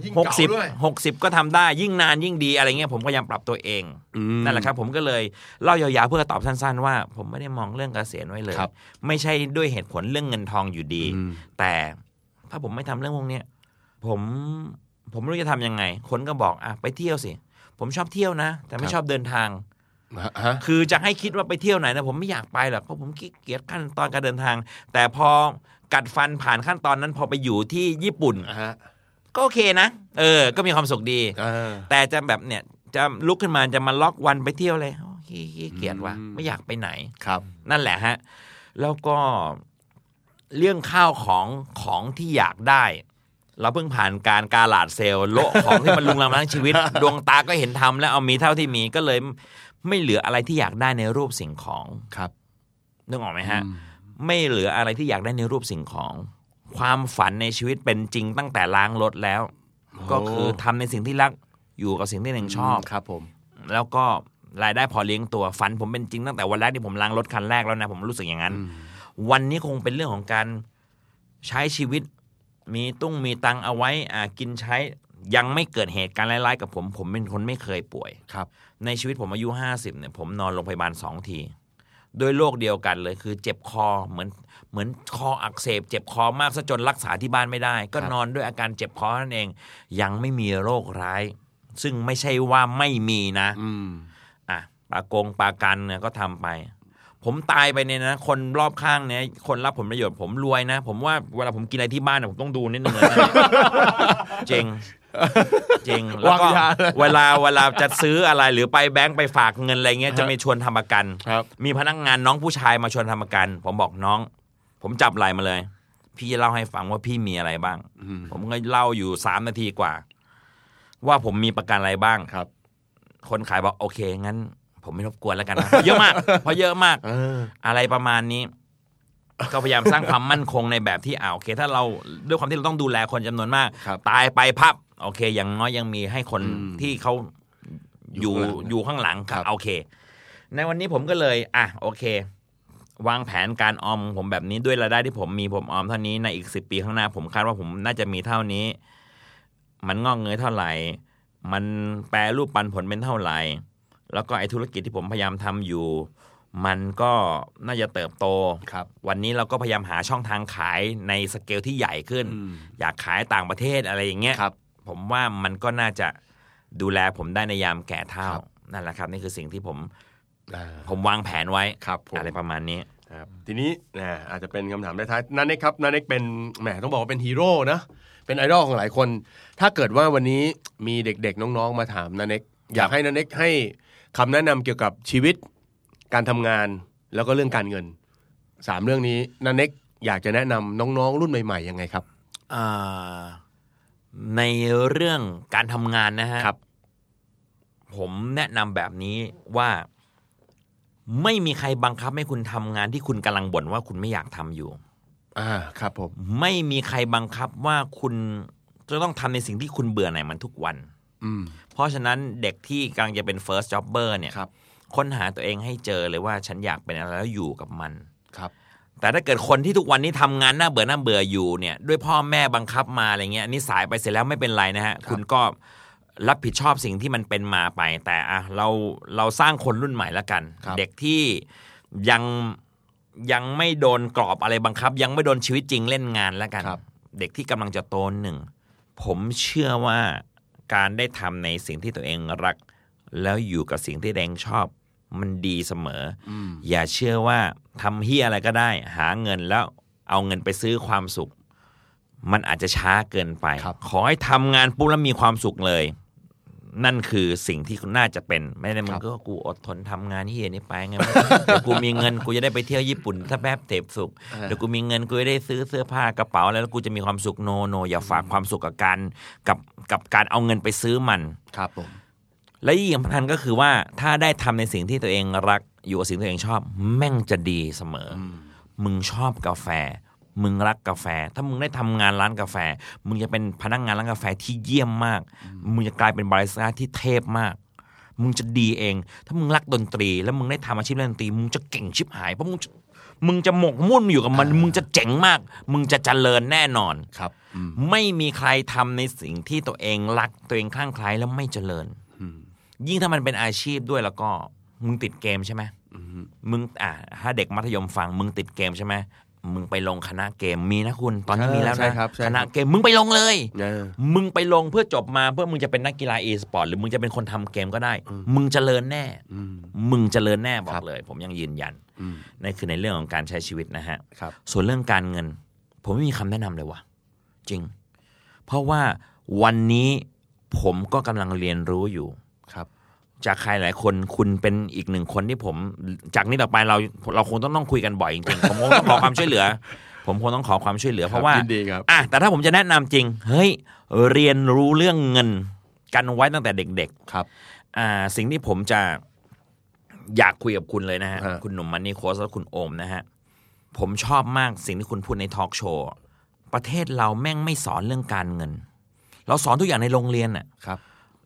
60ก็ทำได้ยิ่งนานยิ่งดีอะไรเงี้ยผมก็ยังปรับตัวเองนั่นแหละครับผมก็เลยเล่ายาวๆเพื่อตอบสั้นๆว่าผมไม่ได้มองเรื่องเกษียณไว้เลยไม่ใช่ด้วยเหตุผลเรื่องเงินทองอยู่ดีแต่ถ้าผมไม่ทำเรื่องพวกนี้ผมไม่รู้จะทำยังไงคนก็บอกไปเที่ยวสิผมชอบเที่ยวนะแต่ไม่ชอบเดินทางคือจะให้คิดว่าไปเที่ยวไหนนะผมไม่อยากไปหรอกเพราะผมขี้เกียจขั้นตอนการเดินทางแต่พอกัดฟันผ่านขั้นตอนนั้นพอไปอยู่ที่ญี่ปุ่นก็โอเคนะก็มีความสุขดีแต่จะแบบเนี่ยจะลุกขึ้นมาจะมาล็อกวันไปเที่ยวเลยขี้เกียจว่ะไม่อยากไปไหนครับนั่นแหละฮะแล้วก็เรื่องข้าวของที่อยากได้เราเพิ่งผ่านการกาลาดเซลล์โละของที่มันลุงลังทั้งชีวิตดวงตาก็เห็นทำแล้วเอามีเท่าที่มีก็เลยไม่เหลืออะไรที่อยากได้ในรูปสิ่งของครับนึกออกไหมฮะไม่เหลืออะไรที่อยากได้ในรูปสิ่งของความฝันในชีวิตเป็นจริงตั้งแต่ล้างรถแล้วก็คือทำในสิ่งที่รักอยู่กับสิ่งที่เองชอบครับผมแล้วก็รายได้พอเลี้ยงตัวฝันผมเป็นจริงตั้งแต่วันแรกที่ผมล้างรถคันแรกแล้วนะผมรู้สึกอย่างนั้นวันนี้คงเป็นเรื่องของการใช้ชีวิตมีมีตังเอาไว้กินใช้ยังไม่เกิดเหตุการณ์ร้ายๆกับผมเป็นคนไม่เคยป่วยครับในชีวิตผมอายุ50เนี่ยผมนอนโรงพยาบาล2 ทีโดยโรคเดียวกันเลยคือเจ็บคอเหมือนคออักเสบเจ็บคอมากซะจนรักษาที่บ้านไม่ได้ก็นอนด้วยอาการเจ็บคอนั่นเองยังไม่มีโรคร้ายซึ่งไม่ใช่ว่าไม่มีนะปากันเนี่ยก็ทำไปผมตายไปเนี่ยนะคนรอบข้างเนี่ยคนรับผลประโยชน์ผมรวยนะผมว่าเวลาผมกินอะไรที่บ้านผมต้องดูนิดนึงเลยนะจริงแล้วก็เวลาจะซื้ออะไรหรือไปแบงก์ไปฝากเงินอะไรเงี้ยจะมีชวนทำประกันมีพนักงานน้องผู้ชายมาชวนทำประกันผมบอกน้องผมจับไหล่มาเลยพี่เล่าให้ฟังว่าพี่มีอะไรบ้างผมก็เล่าอยู่3 นาทีกว่าว่าผมมีประกันอะไรบ้างครับคนขายบอกโอเคงั้นผมไม่รบกวนแล้วกันนะเยอะมากเพราะเยอะมากอะไรประมาณนี้ก็พยายามสร้างความมั่นคงในแบบที่โอเคถ้าเราด้วยความที่เราต้องดูแลคนจำนวนมากตายไปพับโอเคอย่างน้อยยังมีให้คนที่เขาอยู่ข้างหลังโอเคในวันนี้ผมก็เลยโอเควางแผนการออมผมแบบนี้ด้วยรายได้ที่ผมออมเท่านี้ในอีก10 ปีข้างหน้าผมคาดว่าผมน่าจะมีเท่านี้มันงอกเงยเท่าไหร่มันแปรรูปปันผลเป็นเท่าไหร่แล้วก็ไอ้ธุรกิจที่ผมพยายามทำอยู่มันก็น่าจะเติบโตวันนี้เราก็พยายามหาช่องทางขายในสเกลที่ใหญ่ขึ้นอยากขายต่างประเทศอะไรอย่างเงี้ยผมว่ามันก็น่าจะดูแลผมได้ในยามแก่เฒ่านั่นแหละครับนี่คือสิ่งที่ผมวางแผนไว้อะไรประมาณนี้ทีนี้อาจจะเป็นคำถามท้ายๆนันเน็กครับนันเน็กเป็นต้องบอกว่าเป็นฮีโร่นะเป็นไอดอลของหลายคนถ้าเกิดว่าวันนี้มีเด็กๆน้องๆมาถามนันเน็กอยากให้นันเน็กให้คำแนะนำเกี่ยวกับชีวิตการทำงานแล้วก็เรื่องการเงิน3 เรื่องนี้นันเน็กอยากจะแนะนำน้องๆรุ่นใหม่ๆยังไงครับในเรื่องการทำงานนะฮะผมแนะนำแบบนี้ว่าไม่มีใครบังคับให้คุณทำงานที่คุณกำลังบ่นว่าคุณไม่อยากทำอยู่ครับผมไม่มีใครบังคับว่าคุณจะต้องทำในสิ่งที่คุณเบื่อหน่ายมันทุกวันเพราะฉะนั้นเด็กที่กำลังจะเป็น first jobber เนี่ยค้นหาตัวเองให้เจอเลยว่าฉันอยากเป็นอะไรแล้วอยู่กับมันแต่ถ้าเกิดคนที่ทุกวันนี้ทำงานน่าเบื่ออยู่เนี่ยด้วยพ่อแม่บังคับมาอะไรเงี้ยอันนี้สายไปเสร็จแล้วไม่เป็นไรนะฮะคุณก็รับผิดชอบสิ่งที่มันเป็นมาไปแต่เราสร้างคนรุ่นใหม่ละกันเด็กที่ยังไม่โดนกรอบอะไรบังคับยังไม่โดนชีวิตจริงเล่นงานละกันเด็กที่กำลังจะโตผมเชื่อว่าการได้ทำในสิ่งที่ตัวเองรักแล้วอยู่กับสิ่งที่ตัวเองชอบมันดีเสมออย่าเชื่อว่าทำเหี้ยอะไรก็ได้หาเงินแล้วเอาเงินไปซื้อความสุขมันอาจจะช้าเกินไปขอให้ทำงานปุ๊บแล้วมีความสุขเลยนั่นคือสิ่งที่น่าจะเป็นไม่ได้มันก็กูอดทนทำงานเหี้ยนี่ไปไงเดี๋ยวกูมีเงินกูจะได้ไปเที่ยวญี่ปุ่นถ้าแป๊บเสพสุขเดี๋ยวกูมีเงินกูจะได้ซื้อเสื้อผ้ากระเป๋าแล้วกูจะมีความสุขโนอย่าฝากความสุขกับการเอาเงินไปซื้อมันครับผมและอีกอย่างสำคัญก็คือว่าถ้าได้ทำในสิ่งที่ตัวเองรักอยู่กับสิ่งที่ตัวเองชอบแม่งจะดีเสมอมึงชอบกาแฟมึงรักกาแฟถ้ามึงได้ทำงานร้านกาแฟมึงจะเป็นพนักงานร้านกาแฟที่เยี่ยมมากมึงจะกลายเป็นบาริสต้าที่เทพมากมึงจะดีเองถ้ามึงรักดนตรีแล้วมึงได้ทำอาชีพเล่นดนตรีมึงจะเก่งชิบหายเพราะมึงจะหมกมุ่นอยู่กับมันมึงจะเจ๋งมากมึงจะเจริญแน่นอนครับไม่มีใครทำในสิ่งที่ตัวเองรักตัวเองคลั่งไคล้แล้วไม่เจริญยิ่งถ้ามันเป็นอาชีพด้วยแล้วก็มึงติดเกมใช่ไหมมึงถ้าเด็กมัธยมฟังมึงติดเกมใช่ไหมมึงไปลงคณะเกมมีนะคุณตอนนี้มีแล้วนะคณะเกมมึงไปลงเลยมึงไปลงเพื่อจบมาเพื่อมึงจะเป็นนักกีฬา e-sport หรือมึงจะเป็นคนทำเกมก็ได้มึงเจริญแน่มึงเจริญแน่บอกเลยผมยังยืนยันนั่นคือในเรื่องของการใช้ชีวิตนะฮะส่วนเรื่องการเงินผมไม่มีคำแนะนำเลยว่ะจริงเพราะว่าวันนี้ผมก็กำลังเรียนรู้อยู่จากใครหลายคนคุณเป็นอีกหนึ่งคนที่ผมจากนี้ต่อไปเราคงต้องคุยกันบ่อยจริงๆผมคงต้องขอความช่วยเหลือผมคงต้องขอความช่วยเหลือเพราะว่าแต่ถ้าผมจะแนะนำจริงเฮ้ยเรียนรู้เรื่องเงินกันไว้ตั้งแต่เด็กๆครับสิ่งที่ผมจะอยากคุยกับคุณเลยนะฮะคุณหนุ่มมันนี่โค้ชและคุณโอมนะฮะผมชอบมากสิ่งที่คุณพูดในทอล์กโชว์ประเทศเราแม่งไม่สอนเรื่องการเงินเราสอนทุกอย่างในโรงเรียนน่ะ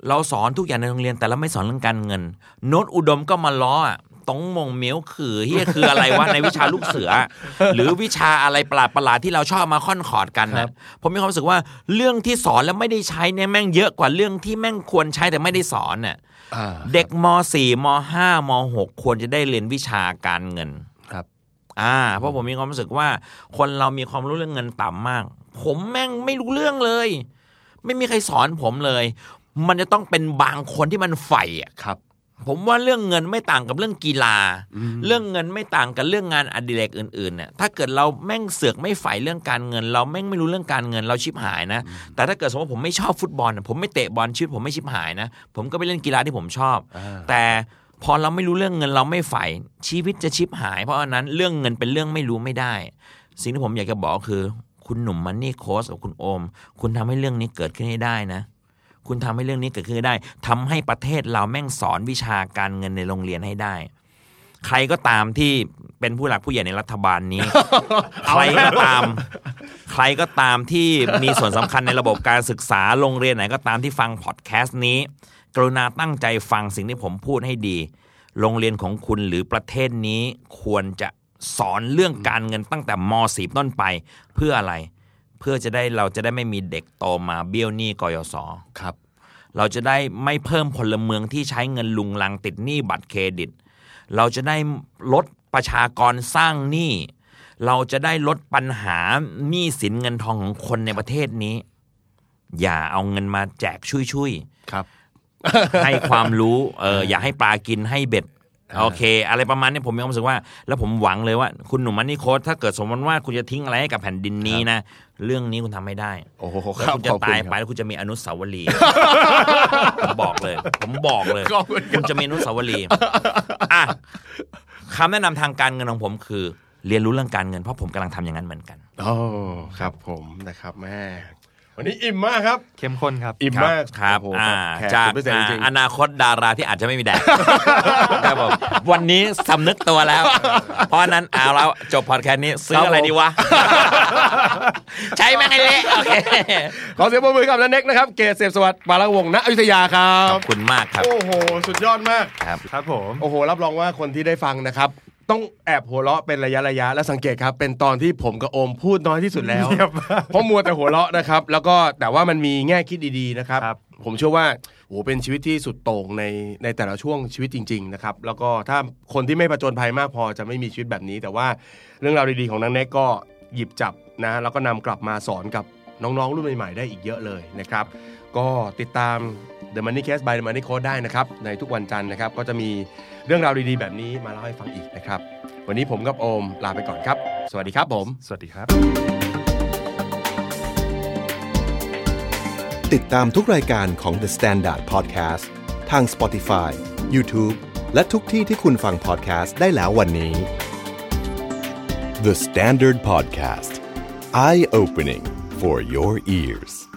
เราสอนทุกอย่างในโรงเรียนแต่เราไม่สอนเรื่องการเงินโน้ตอุดมก็มาล้อตงมงเมียวคือเฮียคืออะไรวะ ในวิชาลูกเสือ หรือวิชาอะไรประหลาดที่เราชอบมาค่อนขอดกันนะผมมีความรู้สึกว่าเรื่องที่สอนแล้วไม่ได้ใช้เนี่ยแม่งเยอะกว่าเรื่องที่แม่งควรใช้แต่ไม่ได้สอนน่ะเด็กม.4 ม.5 ม.6 ควรจะได้เรียนวิชาการเงินครับเพราะผมมีความรู้สึกว่าคนเรามีความรู้เรื่องเงินต่ำมากผมแม่งไม่รู้เรื่องเลยไม่มีใครสอนผมเลยมันจะต้องเป็นบางคนที่มันใฝ่ครับผมว่าเรื่องเงินไม่ต่างกับเรื่องกีฬาเรื่องเงินไม่ต่างกับเรื่องงานอดิเรกอื่นๆเนี่ยถ้าเกิดเราแม่งเสือกไม่ใฝ่เรื่องการเงินเราแม่งไม่รู้เรื่องการเงินเราชิบหายนะแต่ถ้าเกิดสมมติผมไม่ชอบฟุตบอลผมไม่เตะบอลชีวิตผมไม่ชิบหายนะผมก็ไปเล่นกีฬาที่ผมชอบแต่พอเราไม่รู้เรื่องเงินเราไม่ใฝ่ชีวิตจะชิบหายเพราะฉะนั้นเรื่องเงินเป็นเรื่องไม่รู้ไม่ได้สิ่งที่ผมอยากจะบอกคือคุณหนุ่มมันนี่โค้ชกับคุณโอมคุณทำให้เรื่องนี้เกิดขึ้นให้ได้นะคุณทำให้เรื่องนี้เกิดขึ้นได้ทำให้ประเทศเราแม่งสอนวิชาการเงินในโรงเรียนให้ได้ใครก็ตามที่เป็นผู้หลักผู้ใหญ่ในรัฐบาลนี้ ใครก็ตามที่มีส่วนสำคัญในระบบการศึกษาโรงเรียนไหนก็ตามที่ฟังพอดแคสต์นี้กรุณาตั้งใจฟังสิ่งที่ผมพูดให้ดีโรงเรียนของคุณหรือประเทศนี้ควรจะสอนเรื่องการเงินตั้งแต่ม.4 ต้นไปเพื่ออะไรเพื่อเราจะได้ไม่มีเด็กโตมาเบี้ยวหนี้กยศ. ครับเราจะได้ไม่เพิ่มพลเมืองที่ใช้เงินลุงลังติดหนี้บัตรเครดิตเราจะได้ลดประชากรสร้างหนี้เราจะได้ลดปัญหาหนี้สินเงินทองของคนในประเทศนี้อย่าเอาเงินมาแจกชุยๆครับให้ความรู้อย่าให้ปลากินให้เบ็ดโอเคอะไรประมาณนี้ผมมีความรู้สึกว่าแล้วผมหวังเลยว่าคุณหนุ่มมันนี่โค้ชถ้าเกิดสมมติว่าคุณจะทิ้งอะไรให้กับแผ่นดินนี้นะเรื่องนี้คุณทำไม่ได้แล้วคุณจะตายไปแล้วคุณจะมีอนุสาวรีย์ผมบอกเลยคุณจะมีอนุสาวรีย์คำแนะนำทางการเงินของผมคือเรียนรู้เรื่องการเงินเพราะผมกำลังทำอย่างนั้นเหมือนกันครับผมนะครับแม่วันนี้อิ่มมากครับเข้มข้นครับอิ่มมากครับจากอนาคตดาราที่อาจจะไม่มีแดกครับผมวันนี้สำนึกตัวแล้วเพราะนั้นเอาแล้วจบพอดแคสต์นี้ซื้ออะไรดีวะใช้แม่งไอ้เละโอเคขอเสียงปรบมือกับนันเน็กนะครับเกษเสพสวัสดิ์ปาละวงศ์ณอยุธยาครับขอบคุณมากครับโอ้โหสุดยอดมากครับผมโอ้โหรับรองว่าคนที่ได้ฟังนะครับต้องแอบหัวเราะเป็นระยะและสังเกตครับเป็นตอนที่ผมกับโอมพูดน้อยที่สุดแล้วเพราะมัวแต่หัวเราะนะครับแล้วก็แต่ว่ามันมีแง่คิดดีๆนะครับผมเชื่อว่าโอ้เป็นชีวิตที่สุดโต่งในแต่ละช่วงชีวิตจริงๆนะครับแล้วก็ถ้าคนที่ไม่ผจญภัยมากพอจะไม่มีชีวิตแบบนี้แต่ว่าเรื่องราวดีๆของนันเน็กก็หยิบจับนะแล้วก็นำกลับมาสอนกับน้องๆรุ่นใหม่ๆได้อีกเยอะเลยนะครับก็ติดตาม The Money Case by The Money Coach ได้นะครับในทุกวันจันทร์นะครับก็จะมีเรื่องราวดีๆแบบนี้มาเล่าให้ฟังอีกนะครับวันนี้ผมกับโอมลาไปก่อนครับสวัสดีครับผมสวัสดีครับติดตามทุกรายการของ The Standard Podcast ทาง Spotify, YouTube และทุกที่ที่คุณฟัง podcast ได้แล้ววันนี้ The Standard Podcast Eye Opening for your ears